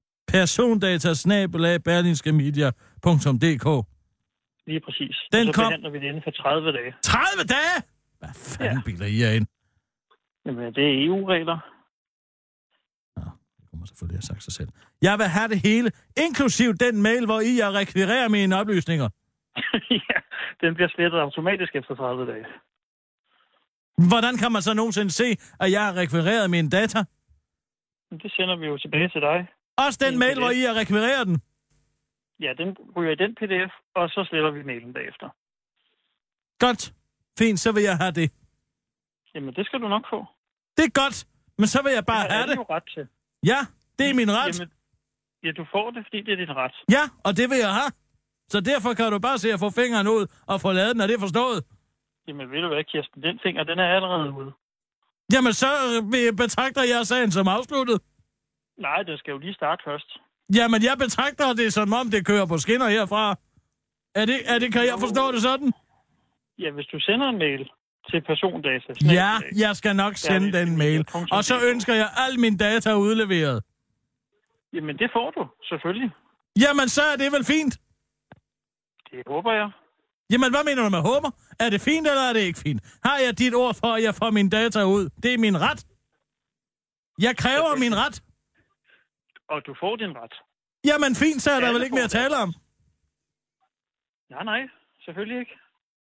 Speaker 4: persondata@berlingskmedia.dk.
Speaker 9: Lige præcis.
Speaker 4: Den
Speaker 9: og så behandler vi det inden for 30 dage.
Speaker 4: 30 dage? Hvad fanden biler I jer ind?
Speaker 9: Jamen, det er EU-regler.
Speaker 4: Ja, det kunne man selvfølgelig have sagt sig selv. Jeg vil have det hele, inklusiv den mail, hvor jeg rekvirerer mine oplysninger.
Speaker 9: Ja, den bliver slettet automatisk efter 30 dage.
Speaker 4: Hvordan kan man så nogensinde se, at jeg har rekvireret mine data?
Speaker 9: Det sender vi jo tilbage til dig.
Speaker 4: Også den mail, hvor I har rekvireret den?
Speaker 9: Ja, den ryger i den pdf, og så sletter vi mailen bagefter.
Speaker 4: Godt. Fint, så vil jeg have det.
Speaker 9: Jamen, det skal du nok få.
Speaker 4: Det er godt, men så vil jeg bare have det.
Speaker 9: Det er jo ret til.
Speaker 4: Ja, det er min ret.
Speaker 9: Jamen, ja, du får det, fordi det er din ret.
Speaker 4: Ja, og det vil jeg have. Så derfor kan du bare se at få fingeren ud og få lavet den. Er det forstået?
Speaker 9: Jamen, ved du hvad, Kirsten? Den finger, den er allerede ude.
Speaker 4: Jamen, så betragter jeg sagen som afsluttet.
Speaker 9: Nej, den skal jo lige starte først.
Speaker 4: Jamen, jeg betragter det som om, det kører på skinner herfra. Kan jeg forstå det sådan?
Speaker 9: Ja, hvis du sender en mail til persondata...
Speaker 4: Ja, jeg skal nok sende den mail. Og så ønsker jeg al min data udleveret.
Speaker 9: Jamen, det får du, selvfølgelig.
Speaker 4: Jamen, så er det vel fint?
Speaker 9: Det håber jeg.
Speaker 4: Jamen, hvad mener du med håber? Er det fint, eller er det ikke fint? Har jeg dit ord for, at jeg får mine data ud? Det er min ret. Jeg kræver min ret.
Speaker 9: Og du får din ret.
Speaker 4: Jamen, fint, så er der vel ikke mere at tale om?
Speaker 9: Nej, selvfølgelig ikke.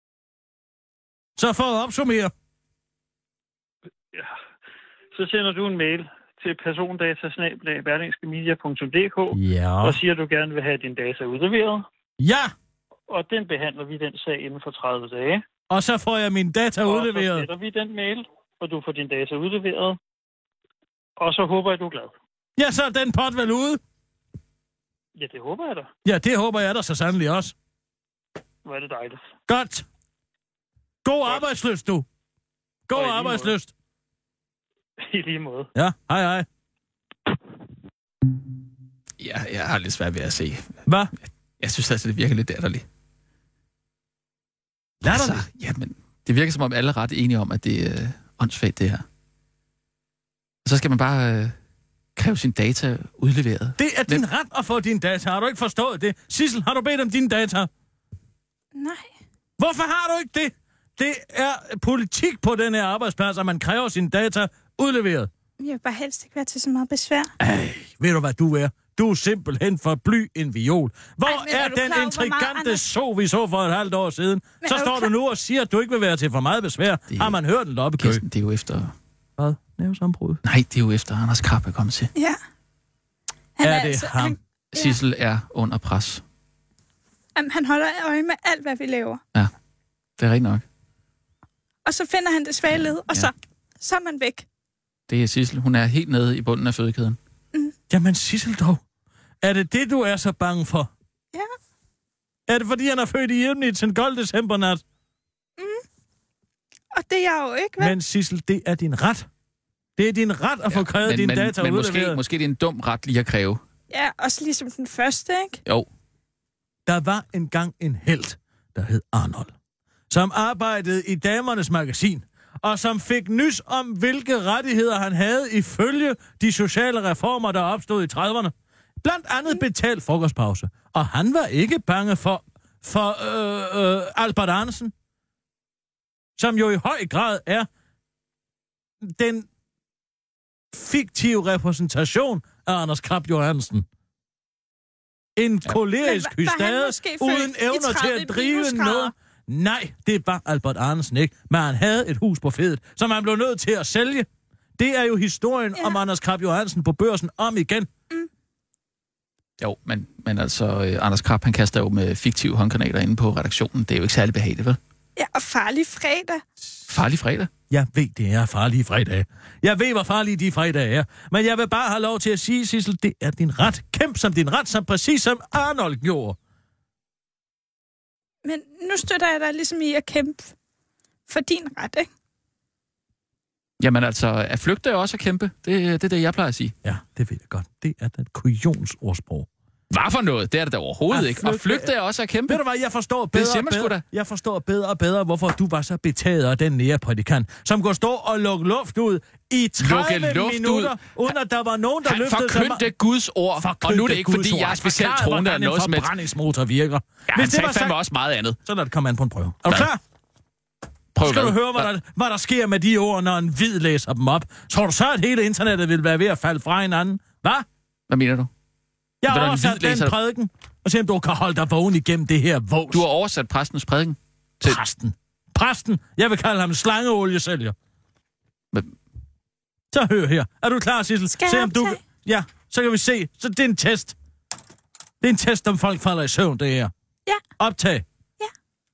Speaker 4: Så for at opsummere.
Speaker 9: Ja. Så sender du en mail til persondata@berlingskmedia.dk og siger, at du gerne vil have dine data udleveret.
Speaker 4: Ja!
Speaker 9: Og den behandler vi den sag inden for 30 dage.
Speaker 4: Og så får jeg min data udleveret.
Speaker 9: Og så sætter vi den mail, og du får dine data udleveret. Og så håber jeg, du er glad.
Speaker 4: Ja, så er den pot vel ude?
Speaker 9: Ja, det håber jeg da.
Speaker 4: Ja, det håber jeg da så sandelig også.
Speaker 9: Hvor er det dejligt.
Speaker 4: Godt. God arbejdslyst, du. God arbejdslyst.
Speaker 9: I lige måde.
Speaker 4: Ja, hej.
Speaker 6: Ja, jeg har lidt svært ved at se.
Speaker 4: Hvad?
Speaker 6: Jeg synes altså, det virker lidt datterligt.
Speaker 4: Latterligt.
Speaker 6: Jamen, det virker som om alle er ret enige om, at det er åndssvagt, det her. Og så skal man bare kræve sin data udleveret.
Speaker 4: Det er din ret at få dine data. Har du ikke forstået det? Sissel, har du bedt om dine data?
Speaker 5: Nej.
Speaker 4: Hvorfor har du ikke det? Det er politik på den her arbejdsplads, at man kræver sine data udleveret.
Speaker 5: Jeg vil bare helst ikke være til så meget besvær.
Speaker 4: Ved du, hvad du er? Du er simpelthen for bly en viol. Hvor er den
Speaker 5: klar,
Speaker 4: intrigante så, vi så for et halvt år siden?
Speaker 5: Men
Speaker 4: Så står du nu og siger, at du ikke vil være til for meget besvær. Har man hørt den loppe kø?
Speaker 6: Kirsten, det er jo efter...
Speaker 4: Hvad? Nævsambrud?
Speaker 6: Nej, det er jo efter Anders Krab er kommet til.
Speaker 5: Ja.
Speaker 4: Er det ham?
Speaker 6: Sissel er under pres.
Speaker 5: Han holder øje med alt, hvad vi laver.
Speaker 6: Ja, det er rigtigt nok.
Speaker 5: Og så finder han det svage led, og så er man væk.
Speaker 6: Det er Sissel. Hun er helt nede i bunden af fødekæden.
Speaker 4: Jamen, Sissel dog. Er det det, du er så bange for?
Speaker 5: Ja.
Speaker 4: Er det, fordi han er født i Hjemnitz en gold decembernat?
Speaker 5: Og det er jeg jo ikke, vel?
Speaker 4: Men Sissel, det er din ret. Det er din ret at få krævet dine data udleveret.
Speaker 6: Men måske det er en dum ret lige at kræve.
Speaker 5: Ja, også ligesom den første, ikke?
Speaker 6: Jo.
Speaker 4: Der var engang en helt, der hed Arnold, som arbejdede i Damernes Magasin, og som fik nys om, hvilke rettigheder han havde ifølge de sociale reformer, der opstod i 30'erne. Blandt andet betalt frokostpause. Og han var ikke bange for Albert Arnesen, som jo i høj grad er den fiktive repræsentation af Anders Krab Johansen. En kolerisk hystade uden evner til at drive noget. Nej, det var Albert Arnesen ikke, men han havde et hus på fedet, som han blev nødt til at sælge. Det er jo historien om Anders Krab Johansen på børsen om igen.
Speaker 6: Jo, men altså, Anders Krab, han kaster jo med fiktive håndgranater inde på redaktionen. Det er jo ikke særlig behageligt, vel?
Speaker 5: Ja, og farlig fredag.
Speaker 6: Farlig fredag?
Speaker 4: Jeg ved, det er farlige fredage. Jeg ved, hvor farlige de fredage er. Men jeg vil bare have lov til at sige, Sissel, det er din ret. Kæmp som din ret, som præcis som Arnold gjorde.
Speaker 5: Men nu støtter jeg dig ligesom i at kæmpe for din ret, ikke?
Speaker 6: Jamen altså, at flygte er også at kæmpe. Det er det, jeg plejer at sige.
Speaker 4: Ja, det ved jeg godt. Det er den kujons ordsprog.
Speaker 6: Hvad for noget? Det er det da overhovedet ikke. Og flygte er også at kæmpe.
Speaker 4: Ved du hvad, jeg forstår bedre
Speaker 6: det siger man
Speaker 4: og bedre. Jeg forstår bedre og bedre, hvorfor du var så betaget af den nære prædikant, som kunne stå og lukke luft ud i 30 minutter, uden at der var nogen, der løftede sig.
Speaker 6: Han forkyndte Guds ord, og nu er det ikke, fordi jeg er specielt troende af noget som helst.
Speaker 4: Forbrændingsmotor virker.
Speaker 6: Ja, han sagde fandme også meget andet.
Speaker 4: Så lad det komme an på en prøve. Er du klar? Skal du høre, hvad der sker med de ord, når en hvid læser dem op? Tror du så, at hele internettet vil være ved at falde fra hinanden? Hvad?
Speaker 6: Hvad mener du?
Speaker 4: Jeg har oversat den prædiken, og se om du kan holde dig vågen igennem det her vås.
Speaker 6: Du har oversat præstens prædiken?
Speaker 4: Til... Præsten? Jeg vil kalde ham slangeoliesælger.
Speaker 6: Men...
Speaker 4: Så hør her. Er du klar, Sissel?
Speaker 5: Se om du...
Speaker 4: Ja, så kan vi se. Så det er en test. Det er en test, om folk falder i søvn, det her.
Speaker 5: Ja.
Speaker 4: Optag.
Speaker 5: Ja.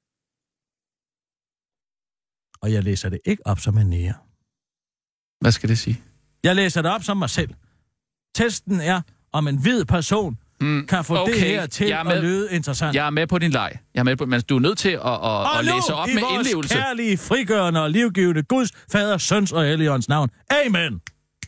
Speaker 4: Og jeg læser det ikke op som en nære.
Speaker 6: Hvad skal det sige?
Speaker 4: Jeg læser det op som mig selv. Testen er, om en hvid person kan få det her til at lyde interessant.
Speaker 6: Jeg er med på din leg. Jeg er med på, men du er nødt til at læse op med indlevelse. Og nu i vores
Speaker 4: kærlige, frigørende og livgivende Guds, Fader, Søns og Helligånds navn. Amen!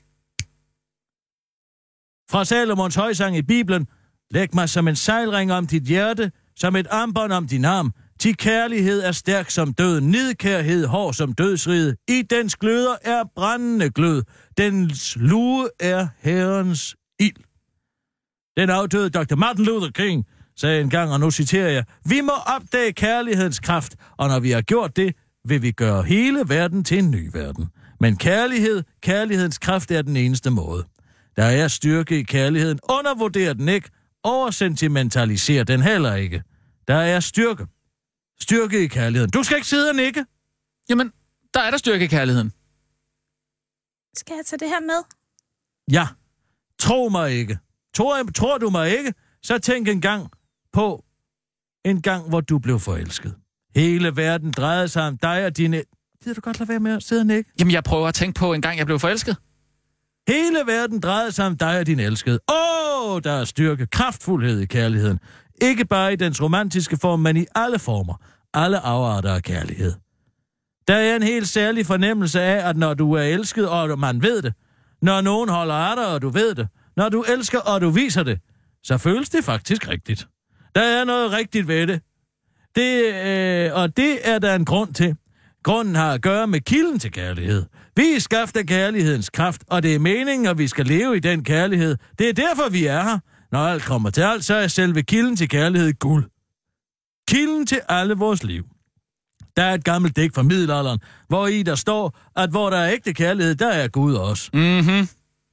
Speaker 4: Fra Salomons højsang i Bibelen, læg mig som en sejlring om dit hjerte, som et armbånd om din arm. Til kærlighed er stærk som død, nidkærhed hård som dødsriget. I dens gløder er brændende glød, dens lue er Herrens ild. Den afdøde Dr. Martin Luther King sagde engang, og nu citerer jeg, vi må opdage kærlighedens kraft, og når vi har gjort det, vil vi gøre hele verden til en ny verden. Men kærlighedens kraft er den eneste måde. Der er styrke i kærligheden, undervurder den ikke, oversentimentaliser den heller ikke. Der er styrke. Styrke i kærligheden. Du skal ikke sidde og nikke.
Speaker 6: Jamen, der er der styrke i kærligheden.
Speaker 5: Skal jeg tage det her med?
Speaker 4: Ja. Tro mig ikke. Tror du mig ikke, så tænk en gang på en gang, hvor du blev forelsket. Hele verden drejede sig om dig og dine... Gider du godt lade være med at sidde og nikke?
Speaker 6: Jamen, jeg prøver at tænke på en gang, jeg blev forelsket.
Speaker 4: Hele verden drejede sig om dig og din elskede. Der er styrke, kraftfuldhed i kærligheden. Ikke bare i dens romantiske form, men i alle former. Alle afarter af kærlighed. Der er en helt særlig fornemmelse af, at når du er elsket, og man ved det, når nogen holder af dig, og du ved det, når du elsker, og du viser det, så føles det faktisk rigtigt. Der er noget rigtigt ved det. Og det er der en grund til. Grunden har at gøre med kilden til kærlighed. Vi er skabt af kærlighedens kraft, og det er meningen, at vi skal leve i den kærlighed. Det er derfor, vi er her. Når alt kommer til alt, så er selve kilden til kærlighed guld. Kilden til alle vores liv. Der er et gammelt digt fra middelalderen, hvor i der står, at hvor der er ægte kærlighed, der er Gud også.
Speaker 6: Mhm.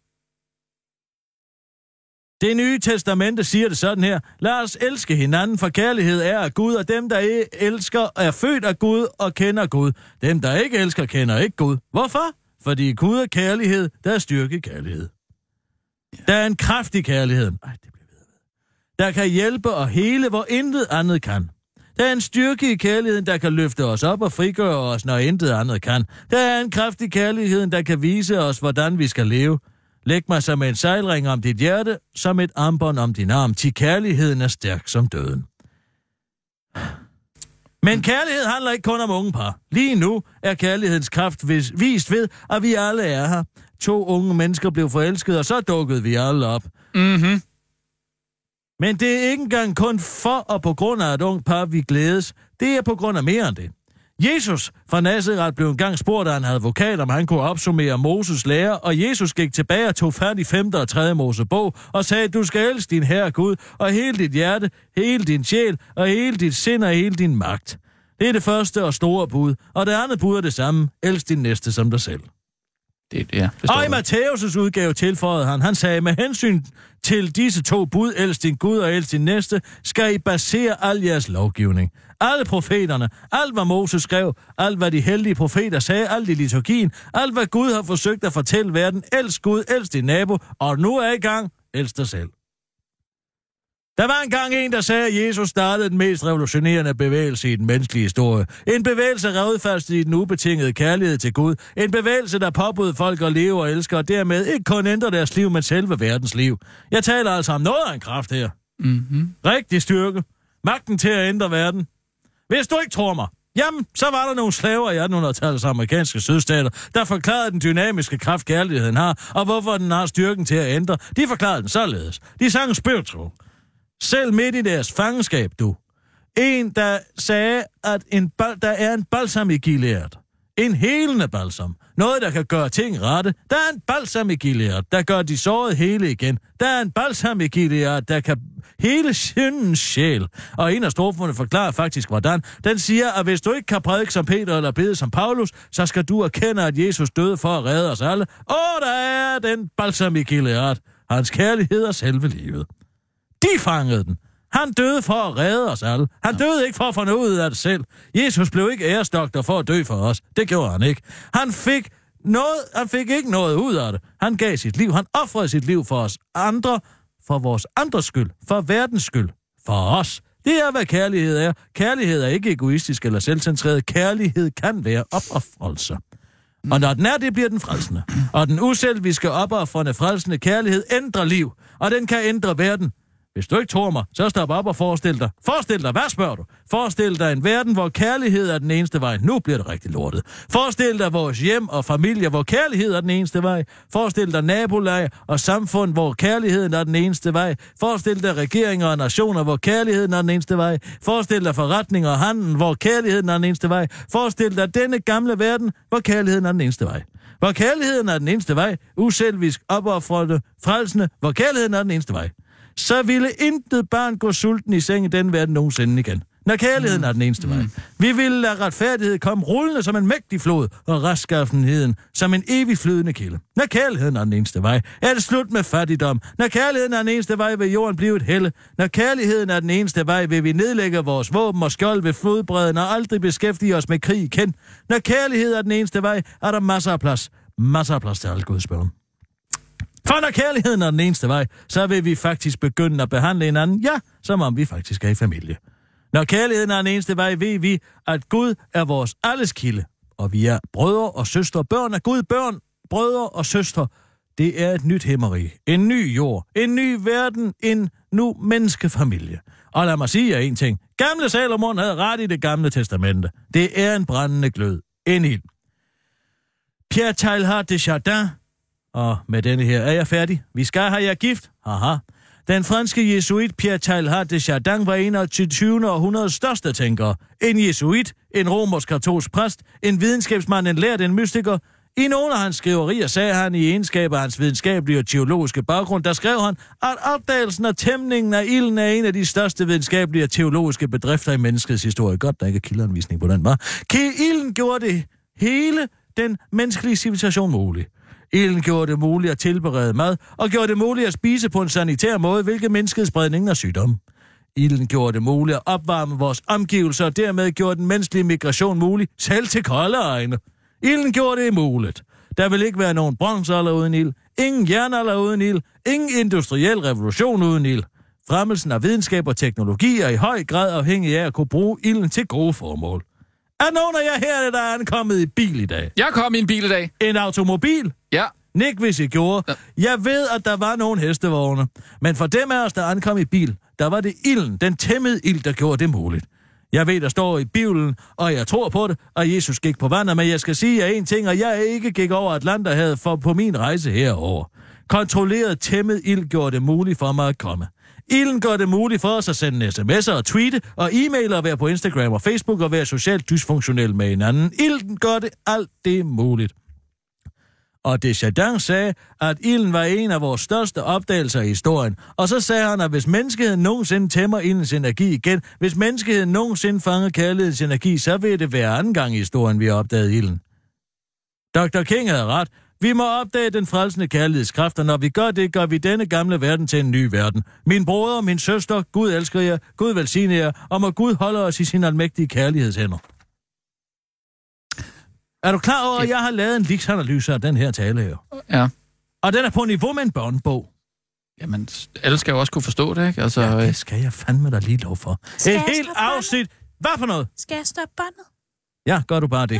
Speaker 4: Det nye testamente siger det sådan her. Lad os elske hinanden, for kærlighed er af Gud, og dem, der elsker, er født af Gud og kender Gud. Dem, der ikke elsker, kender ikke Gud. Hvorfor? Fordi Gud er kærlighed, der er styrke i kærlighed. Der er en kraft i kærligheden, der kan hjælpe og hele, hvor intet andet kan. Der er en styrke i kærligheden, der kan løfte os op og frigøre os, når intet andet kan. Der er en kraft i kærligheden, der kan vise os, hvordan vi skal leve. Læg mig som en sejlring om dit hjerte, som et armbånd om din arm, til kærligheden er stærk som døden. Men kærlighed handler ikke kun om unge par. Lige nu er kærlighedens kraft vist ved, at vi alle er her. 2 unge mennesker blev forelsket, og så dukkede vi alle op.
Speaker 6: Mhm.
Speaker 4: Men det er ikke engang kun for og på grund af et ungt par, vi glædes. Det er på grund af mere end det. Jesus fra Nazaret blev engang spurgt af en advokat, om han kunne opsummere Moses lære, og Jesus gik tilbage og tog fat i 5. og 3. Mosebog og sagde, du skal elske din Herre Gud, og hele dit hjerte, hele din sjæl, og hele dit sind og hele din magt. Det er det første og store bud, og det andet bud er det samme. Elsk din næste som dig selv. Og i Matthæus' udgave tilføjede han sagde, med hensyn til disse 2 bud, elsk din Gud og elsk din næste, skal I basere al jeres lovgivning. Alle profeterne, alt hvad Moses skrev, alt hvad de hellige profeter sagde, alt i liturgien, alt hvad Gud har forsøgt at fortælle verden, elsk Gud, elsk din nabo, og nu er I gang, elsk dig selv. Der var engang en, der sagde, at Jesus startede den mest revolutionerende bevægelse i den menneskelige historie. En bevægelse rådfastet i den ubetingede kærlighed til Gud. En bevægelse, der påbød folk at leve og elske, og dermed ikke kun ændre deres liv, men selve verdens liv. Jeg taler altså om noget af en kraft her.
Speaker 6: Mhm.
Speaker 4: Rigtig styrke. Magten til at ændre verden. Hvis du ikke tror mig, jamen, så var der nogle slaver i 1800-tallets amerikanske sydstater, der forklarede den dynamiske kraft, kærligheden har, og hvorfor den har styrken til at ændre. De forklarede den således. De sang spiritual. Selv midt i deres fangenskab, du. En, der sagde, at der er en balsam i Gilead. En helende balsam. Noget, der kan gøre ting rette. Der er en balsam i Gilead, der gør de sårede hele igen. Der er en balsam i Gilead, der kan hele syndens sjæl. Og en af stroferne forklarer faktisk, hvordan. Den siger, at hvis du ikke kan prædike som Peter eller bede som Paulus, så skal du erkende, at Jesus døde for at redde os alle. Og der er den balsam i Gilead. Hans kærlighed er selve livet. De fangede den. Han døde for at redde os alle. Han døde ikke for at få noget ud af det selv. Jesus blev ikke æresdoktor for at dø for os. Det gjorde han ikke. Han fik ikke noget ud af det. Han gav sit liv. Han ofrede sit liv for os andre. For vores andres skyld. For verdens skyld. For os. Det er, hvad kærlighed er. Kærlighed er ikke egoistisk eller selvcentreret. Kærlighed kan være opofrelse. Og når den er, det bliver den frelsende. Og den uselviske opofrende frelsende kærlighed ændrer liv. Og den kan ændre verden. Hvis du ikke tror mig, så stop op og forestil dig. Forestil dig, hvad spørger du? Forestil dig en verden, hvor kærlighed er den eneste vej. Nu bliver det rigtig lortet. Forestil dig vores hjem og familie, hvor kærlighed er den eneste vej. Forestil dig nabolag og samfund, hvor kærligheden er den eneste vej. Forestil dig regeringer og nationer, hvor kærligheden er den eneste vej. Forestil dig forretninger og handel, hvor kærligheden er den eneste vej. Forestil dig denne gamle verden, hvor kærligheden er den eneste vej. Hvor kærligheden er den eneste vej. Uselvisk, opofrende, frelsende, hvor kærligheden er den eneste vej. Så ville intet barn gå sulten i seng i den verden nogensinde igen. Når kærligheden er den eneste vej. Vi ville lade retfærdighed komme rullende som en mægtig flod, og retskaffenheden som en evig flydende kilde. Når kærligheden er den eneste vej, er det slut med fattigdom. Når kærligheden er den eneste vej, vil jorden blive et helle. Når kærligheden er den eneste vej, vil vi nedlægge vores våben og skjold ved flodbredden og aldrig beskæftige os med krig igen. Når kærlighed er den eneste vej, er der masser af plads. Masser af plads til alle Guds børn. For når kærligheden er den eneste vej, så vil vi faktisk begynde at behandle hinanden, ja, som om vi faktisk er i familie. Når kærligheden er den eneste vej, ved vi, at Gud er vores alles kilde, og vi er brødre og søstre. Børn af Gud, børn, brødre og søstre. Det er et nyt himmerige, en ny jord, en ny verden, en nu menneskefamilie. Og lad mig sige jer en ting. Gamle Salomon havde ret i det gamle testamente. Det er en brændende glød, en ild. Pierre Teilhard de Chardin. Og med denne her er jeg færdig. Vi skal have jer gift. Haha. Den franske jesuit Pierre Teilhard de Chardin var en af 20. århundredes største tænkere. En jesuit, en romersk-katolsk præst, en videnskabsmand, en lærd, en mystiker. I nogle af hans skriverier sagde han i egenskab af hans videnskabelige og teologiske baggrund, der skrev han, at opdagelsen og tæmningen af ilden er en af de største videnskabelige og teologiske bedrifter i menneskets historie. Godt, der ikke er kildeanvisning på den, var. Ilden gjorde det hele den menneskelige civilisation mulig. Ilden gjorde det muligt at tilberede mad, og gjorde det muligt at spise på en sanitær måde, hvilket mindskede spredningen af sygdom. Ilden gjorde det muligt at opvarme vores omgivelser, og dermed gjorde den menneskelige migration mulig, selv til kolde egne. Ilden gjorde det muligt. Der vil ikke være nogen bronzealder uden ild, ingen jernalder uden ild, ingen industriel revolution uden ild. Fremmelsen af videnskab og teknologi er i høj grad afhængig af at kunne bruge ilden til gode formål. Er nogen af jer her, der er ankommet i bil i dag?
Speaker 6: Jeg kom i en bil i dag.
Speaker 4: En automobil?
Speaker 6: Ja.
Speaker 4: Nik, hvis I gjorde. Ja. Jeg ved, at der var nogle hestevogne. Men for dem af os, der ankom i bil, der var det ilden, den tæmmede ild, der gjorde det muligt. Jeg ved, der står i Bibelen, og jeg tror på det, og Jesus gik på vandet, men jeg skal sige jer en ting, og jeg ikke gik over Atlanterhavet for på min rejse herover. Kontrolleret tæmmet ild gjorde det muligt for mig at komme. Ilden gør det muligt for os at sende sms'er og tweete og e-mailer og være på Instagram og Facebook og være socialt dysfunktionel med hinanden. Ilden gør det alt det muligt. Og Desjardins sagde, at ilden var en af vores største opdagelser i historien. Og så sagde han, at hvis menneskeheden nogensinde tæmmer ildens energi igen, hvis menneskeheden nogensinde fanger kærlighedens energi, så vil det være anden gang i historien, vi har opdaget ilden. Dr. King havde ret. Vi må opdage den frelsende kærlighedskraft, og når vi gør det, gør vi denne gamle verden til en ny verden. Min bror, min søster, Gud elsker jer, Gud velsigne jer, og må Gud holde os i sin almægtige kærlighedshænder. Er du klar over, at jeg har lavet en liksanalyse af den her tale her?
Speaker 6: Ja.
Speaker 4: Og den er på niveau med en børnebog.
Speaker 6: Jamen, alle skal jo også kunne forstå det, ikke? Altså,
Speaker 4: ja, det skal jeg fandme da lige lov for. Et helt afsnit. Hvad for noget?
Speaker 5: Skal jeg stoppe båndet?
Speaker 4: Ja, gør du bare det.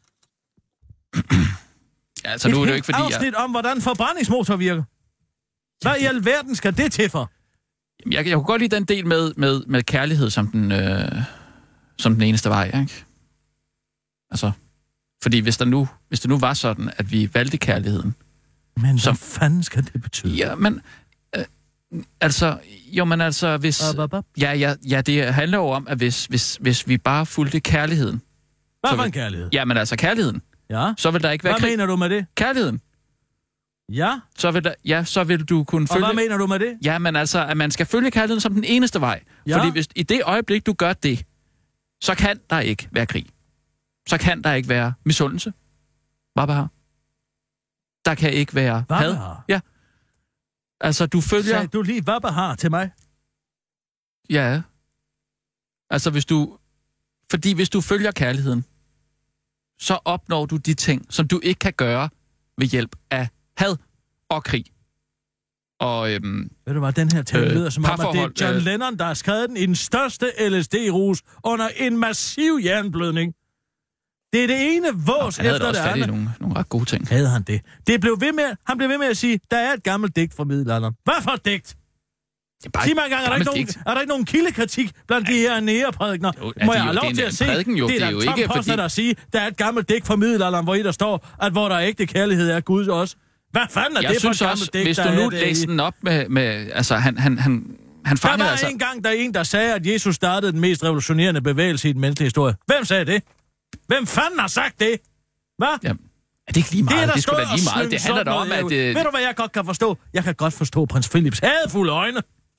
Speaker 6: Ja, altså, nu er det jo ikke fordi,
Speaker 4: afsnit om, hvordan forbrændingsmotor virker. Hvad i alverden skal det til for?
Speaker 6: Jeg kunne godt lide den del med kærlighed som den eneste vej, ikke? Altså, fordi hvis det nu var sådan, at vi valgte kærligheden...
Speaker 4: Men hvad fanden skal det betyde?
Speaker 6: Ja, men... hvis... Ja, det handler jo om, at hvis vi bare fulgte kærligheden...
Speaker 4: Hvad for en kærlighed?
Speaker 6: Jamen altså, kærligheden.
Speaker 4: Ja.
Speaker 6: Så vil der ikke være
Speaker 4: Hvad mener du med det?
Speaker 6: Kærligheden.
Speaker 4: Ja.
Speaker 6: Så vil du kunne følge...
Speaker 4: Og hvad mener du med det?
Speaker 6: Ja, men altså, at man skal følge kærligheden som den eneste vej. Ja. Fordi hvis i det øjeblik, du gør det, så kan der ikke være krig. Så kan der ikke være misundelse. Hvad? Der kan ikke være had. Ja. Altså, du følger...
Speaker 4: Sagde du lige hvad til mig?
Speaker 6: Ja. Altså, hvis du følger kærligheden, så opnår du de ting, som du ikke kan gøre ved hjælp af had og krig. Og
Speaker 4: ved du hvad, den her tale lyder som om, at det er John Lennon, der har skrevet den i den største LSD-rus under en massiv jernblødning. Det er det ene vås efter det andet. Han havde
Speaker 6: også nogle ret gode ting.
Speaker 4: Havde han det? Han blev ved med at sige, der er et gammelt digt fra middelalderen. Hvad for et digt? Sig mig engang, er der ikke nogen kildekritik blandt de her næreprædikener? Må jeg have lov til at se? Det er da Tom Poster, der siger, der er et gammelt digt fra middelalderen, hvor der står, at hvor der er ægte kærlighed er Gud også. Hvad fanden er det for et gammelt digt,
Speaker 6: hvis du nu læser den op med altså han fanger
Speaker 4: der var engang, der er en, der sagde, at Jesus startede den mest revolutionerende bevægelse i den menneskelige historie. Hvem sagde det? Hvem fanden har sagt det? Hvad?
Speaker 6: Jamen, er det ikke lige meget? Det skulle da lige meget. Det handler da om, at...
Speaker 4: Ved du, hvad jeg godt kan forstå? Jeg kan godt forstå prins Philips hadefulde øjne.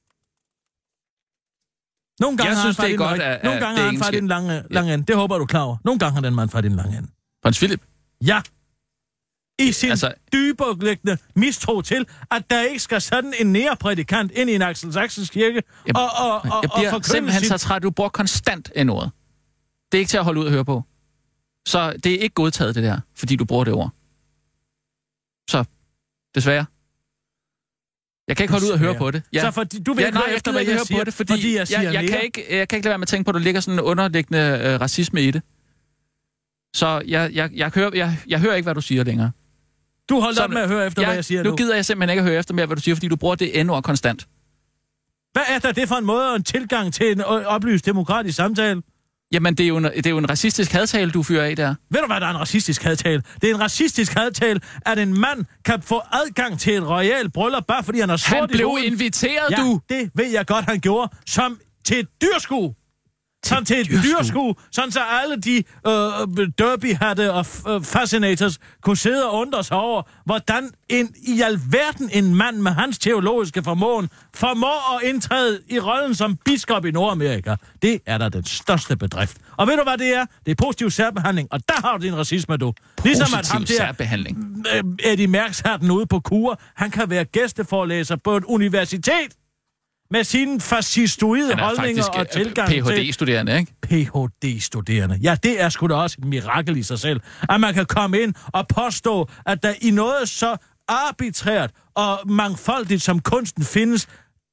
Speaker 4: Nogle gange har han fat i den lange ende. Det håber du klar over. Nogle gange har den mand fat i den lange ende.
Speaker 6: Prins Philip?
Speaker 4: Ja. I sin dyberliggende mistro til, at der ikke skal sådan en næreprædikant ind i en Axel Saxens kirke
Speaker 6: jeg bliver simpelthen så træt. Du bruger konstant n-ordet. Det er ikke til at holde ud og høre på. Så det er ikke godtaget, det der, fordi du bruger det ord. Så, desværre. Jeg kan ikke holde ud og høre på det. Ja.
Speaker 4: Så fordi du vil ikke høre efter, hvad jeg siger, på det, fordi jeg siger
Speaker 6: jeg kan ikke lade være med at tænke på, at der ligger sådan en underliggende racisme i det. Så jeg hører ikke, hvad du siger længere.
Speaker 4: Du holder op med at høre efter, hvad jeg siger nu.
Speaker 6: Nu gider jeg simpelthen ikke at høre efter mere, hvad du siger, fordi du bruger det n-ord konstant.
Speaker 4: Hvad er det for en måde og en tilgang til en oplyst demokratisk samtale?
Speaker 6: Jamen, det er jo en racistisk hadtale, du fyrer af der.
Speaker 4: Ved du, hvad der er en racistisk hadtale? Det er en racistisk hadtale, at en mand kan få adgang til et royalt bryllup, bare fordi han er sort.
Speaker 6: Han blev inviteret, du!
Speaker 4: Ja, det ved jeg godt, han gjorde, som til et dyrskue. Sådan til et dyrskue, sådan så alle de derbyhatte og fascinators kunne sidde og undre sig over, hvordan i alverden en mand med hans teologiske formåen formår at indtræde i rollen som biskop i Nordamerika. Det er da den største bedrift. Og ved du, hvad det er? Det er positiv særbehandling, og der har du din racisme, du. Ligesom
Speaker 6: positiv
Speaker 4: at ham der,
Speaker 6: særbehandling.
Speaker 4: Eddie Mærkshatten ude på kur, han kan være gæsteforelæser på et universitet. Med sine fascistoide holdninger og tilgang til...
Speaker 6: Ph.D.-studerende, ikke?
Speaker 4: Ph.D.-studerende. Ja, det er sgu da også et mirakel i sig selv. At man kan komme ind og påstå, at der i noget så arbitrært og mangfoldigt som kunsten findes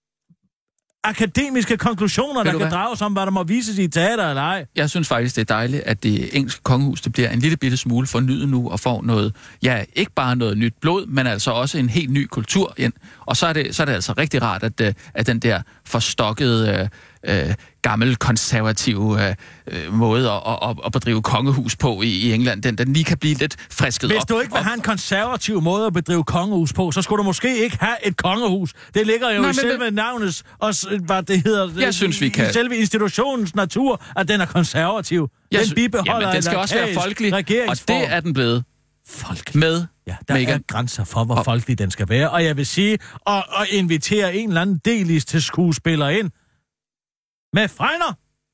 Speaker 4: akademiske konklusioner, der kan drages om, hvad der må vises i teater eller ej.
Speaker 6: Jeg synes faktisk, det er dejligt, at det engelske kongehus, det bliver en lille bitte smule fornyet nu og får noget, ja, ikke bare noget nyt blod, men altså også en helt ny kultur ind. Og så er det altså rigtig rart, at den der forstokkede, gammel konservative måde at bedrive kongehus på i England, den lige kan blive lidt frisket op.
Speaker 4: Hvis du ikke vil have en konservativ måde at bedrive kongehus på, så skulle du måske ikke have et kongehus. Det ligger jo i selve navnets, og hvad det hedder,
Speaker 6: jeg synes, vi kan...
Speaker 4: i selve institutionens natur, at den er konservativ. Den bibeholder
Speaker 6: den skal også være folkelig, og det er den blevet.
Speaker 4: Folkelig.
Speaker 6: Med
Speaker 4: ja, der er grænser for, hvor folkelig den skal være. Og jeg vil sige, at invitere en eller anden delis til skuespiller ind med fregner.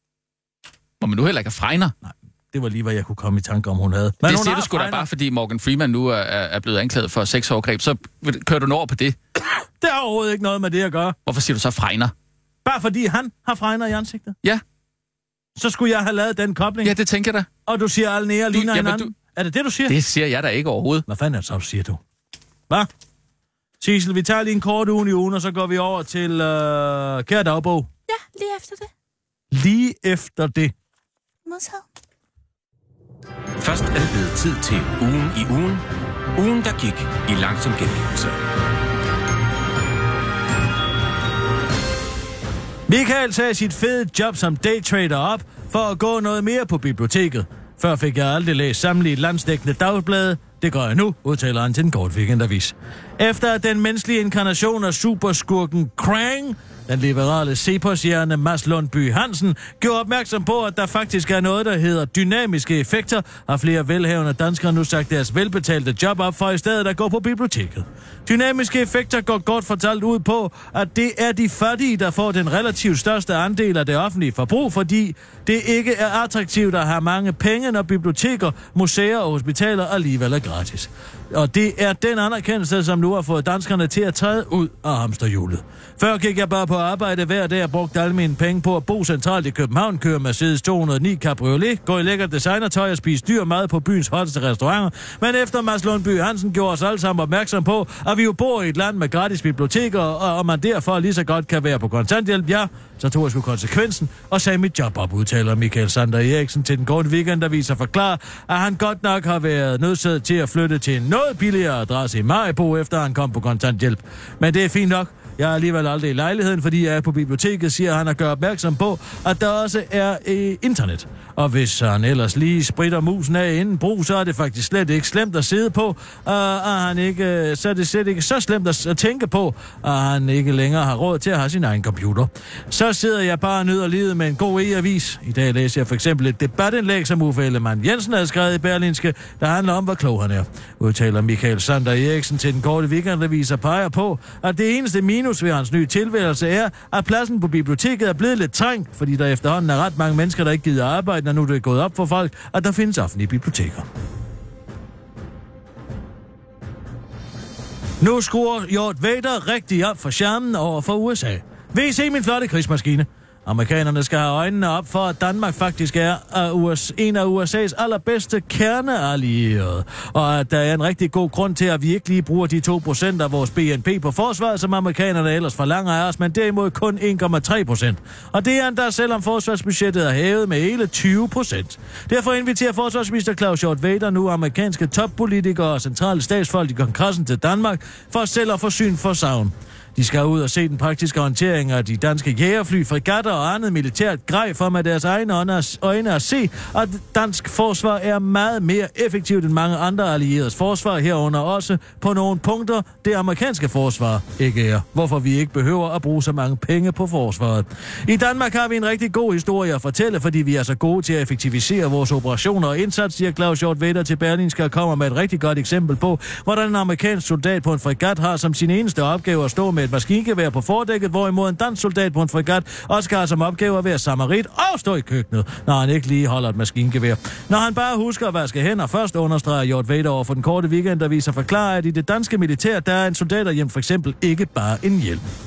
Speaker 6: Må man nu heller ikke have fregner?
Speaker 4: Nej, det var lige, hvad jeg kunne komme i tanke om, hun havde.
Speaker 6: Men det siger du sgu da bare, fordi Morgan Freeman nu er blevet anklaget for sexovergreb, så kører du over på det.
Speaker 4: Det har overhovedet ikke noget med det at gøre.
Speaker 6: Hvorfor siger du så fregner?
Speaker 4: Bare fordi han har fregner i ansigtet?
Speaker 6: Ja.
Speaker 4: Så skulle jeg have lavet den kobling?
Speaker 6: Ja, det tænker jeg da.
Speaker 4: Og du siger, alle nære ligner hinanden? Er det det, du siger?
Speaker 6: Det siger jeg da ikke overhovedet.
Speaker 4: Hvad fanden er det så, du siger du? Hvad? Sissel, vi tager lige en kort uge i ugen, og så går vi over til Kære Dagbog.
Speaker 5: Ja, lige efter det.
Speaker 4: Lige efter det.
Speaker 5: Modtaget.
Speaker 7: Først er det blevet tid til ugen i ugen. Ugen, der gik i langsom gengivelse.
Speaker 4: Michael tager sit fede job som daytrader op for at gå noget mere på biblioteket. Før fik jeg aldrig læst sammenlige landsdækkende dagblade. Det gør jeg nu, udtaler han til en kort weekendavis. Efter at den menneskelige inkarnation af superskurken Krang, den liberale Cepos-hjerne Mads Lundby Hansen, gjorde opmærksom på, at der faktisk er noget, der hedder dynamiske effekter, har flere velhavende danskere nu sagt deres velbetalte job op for i stedet at gå på biblioteket. Dynamiske effekter går godt fortalt ud på, at det er de fattige, der får den relativt største andel af det offentlige forbrug, fordi det ikke er attraktivt at have mange penge, når biblioteker, museer og hospitaler alligevel er gratis. Og det er den anerkendelse, som nu har fået danskerne til at træde ud af hamsterhjulet. Før gik jeg bare på arbejde hver dag og brugte alle mine penge på at bo centralt i København, køre Mercedes 209 Cabriolet, gå i lækkert designertøj og spise dyr mad på byens hotteste restauranter. Men efter Mads Lundby Hansen gjorde os alle sammen opmærksom på, at vi jo bor i et land med gratis biblioteker, og man derfor lige så godt kan være på kontanthjælp, ja, så tog jeg sgu konsekvensen og sagde mit job op, udtaler Michael Sander Eriksen til den korte weekendavis og forklarer, at han godt nok har været nødsaget til at flytte til en noget billigere adresse i Maribo, efter han kom på kontanthjælp. Men det er fint nok. Jeg er alligevel aldrig i lejligheden, fordi jeg er på biblioteket, siger han og gør opmærksom på, at der også er internet. Og hvis han ellers lige spritter musen af inden brug, så er det faktisk slet ikke slemt at sidde på, så er det slet ikke så slemt at tænke på, at han ikke længere har råd til at have sin egen computer. Så sidder jeg bare og nyder livet med en god e-avis. I dag læser jeg for eksempel et debatindlæg, som Uffe Ellemann Jensen havde skrevet i Berlingske, der handler om, hvor klog han er. Udtaler Michael Sander Eriksen til den korte weekendavis og peger på, at det eneste minus ved hans nye tilværelse er, at pladsen på biblioteket er blevet lidt trængt, fordi der efterhånden er ret mange mennesker, der ikke gider arbejde, når nu det er gået op for folk, at der findes offentlige biblioteker. Nu skruer Jort Vader rigtig op for charmen over for USA. Vil I se min flotte krigsmaskine? Amerikanerne skal have øjnene op for, at Danmark faktisk er en af USA's allerbedste kerneallierede, og at der er en rigtig god grund til, at vi ikke lige bruger de 2% af vores BNP på forsvaret, som amerikanerne ellers forlanger af os, men derimod kun 1,3%. Og det er endda, selvom forsvarsbudgettet er hævet med hele 20%. Derfor inviterer forsvarsminister Claus Hjort Vader nu amerikanske toppolitikere og centrale statsfolk i kongressen til Danmark for selv at få syn for savn. De skal ud og se den praktiske håndtering af de danske jægerfly, fregatter og andet militært grej for med deres egne øjne at se, at dansk forsvar er meget mere effektivt end mange andre allieredes forsvar, herunder også på nogle punkter det amerikanske forsvar ikke er, hvorfor vi ikke behøver at bruge så mange penge på forsvaret. I Danmark har vi en rigtig god historie at fortælle, fordi vi er så gode til at effektivisere vores operationer og indsats, siger Claus Hjort Vedder til Berlingske og kommer med et rigtig godt eksempel på, hvordan en amerikansk soldat på en fregat har som sin eneste opgave at stå med et maskingevær på fordækket, hvorimod en dansk soldat på en fregat også har som opgave at være samarit og stå i køkkenet, når han ikke lige holder et maskingevær. Når han bare husker at vaske hænder først, understreger Hjort Vedder over for den korte weekendavis og forklarer, at i det danske militær, der er en soldaterhjem for eksempel ikke bare en hjælp.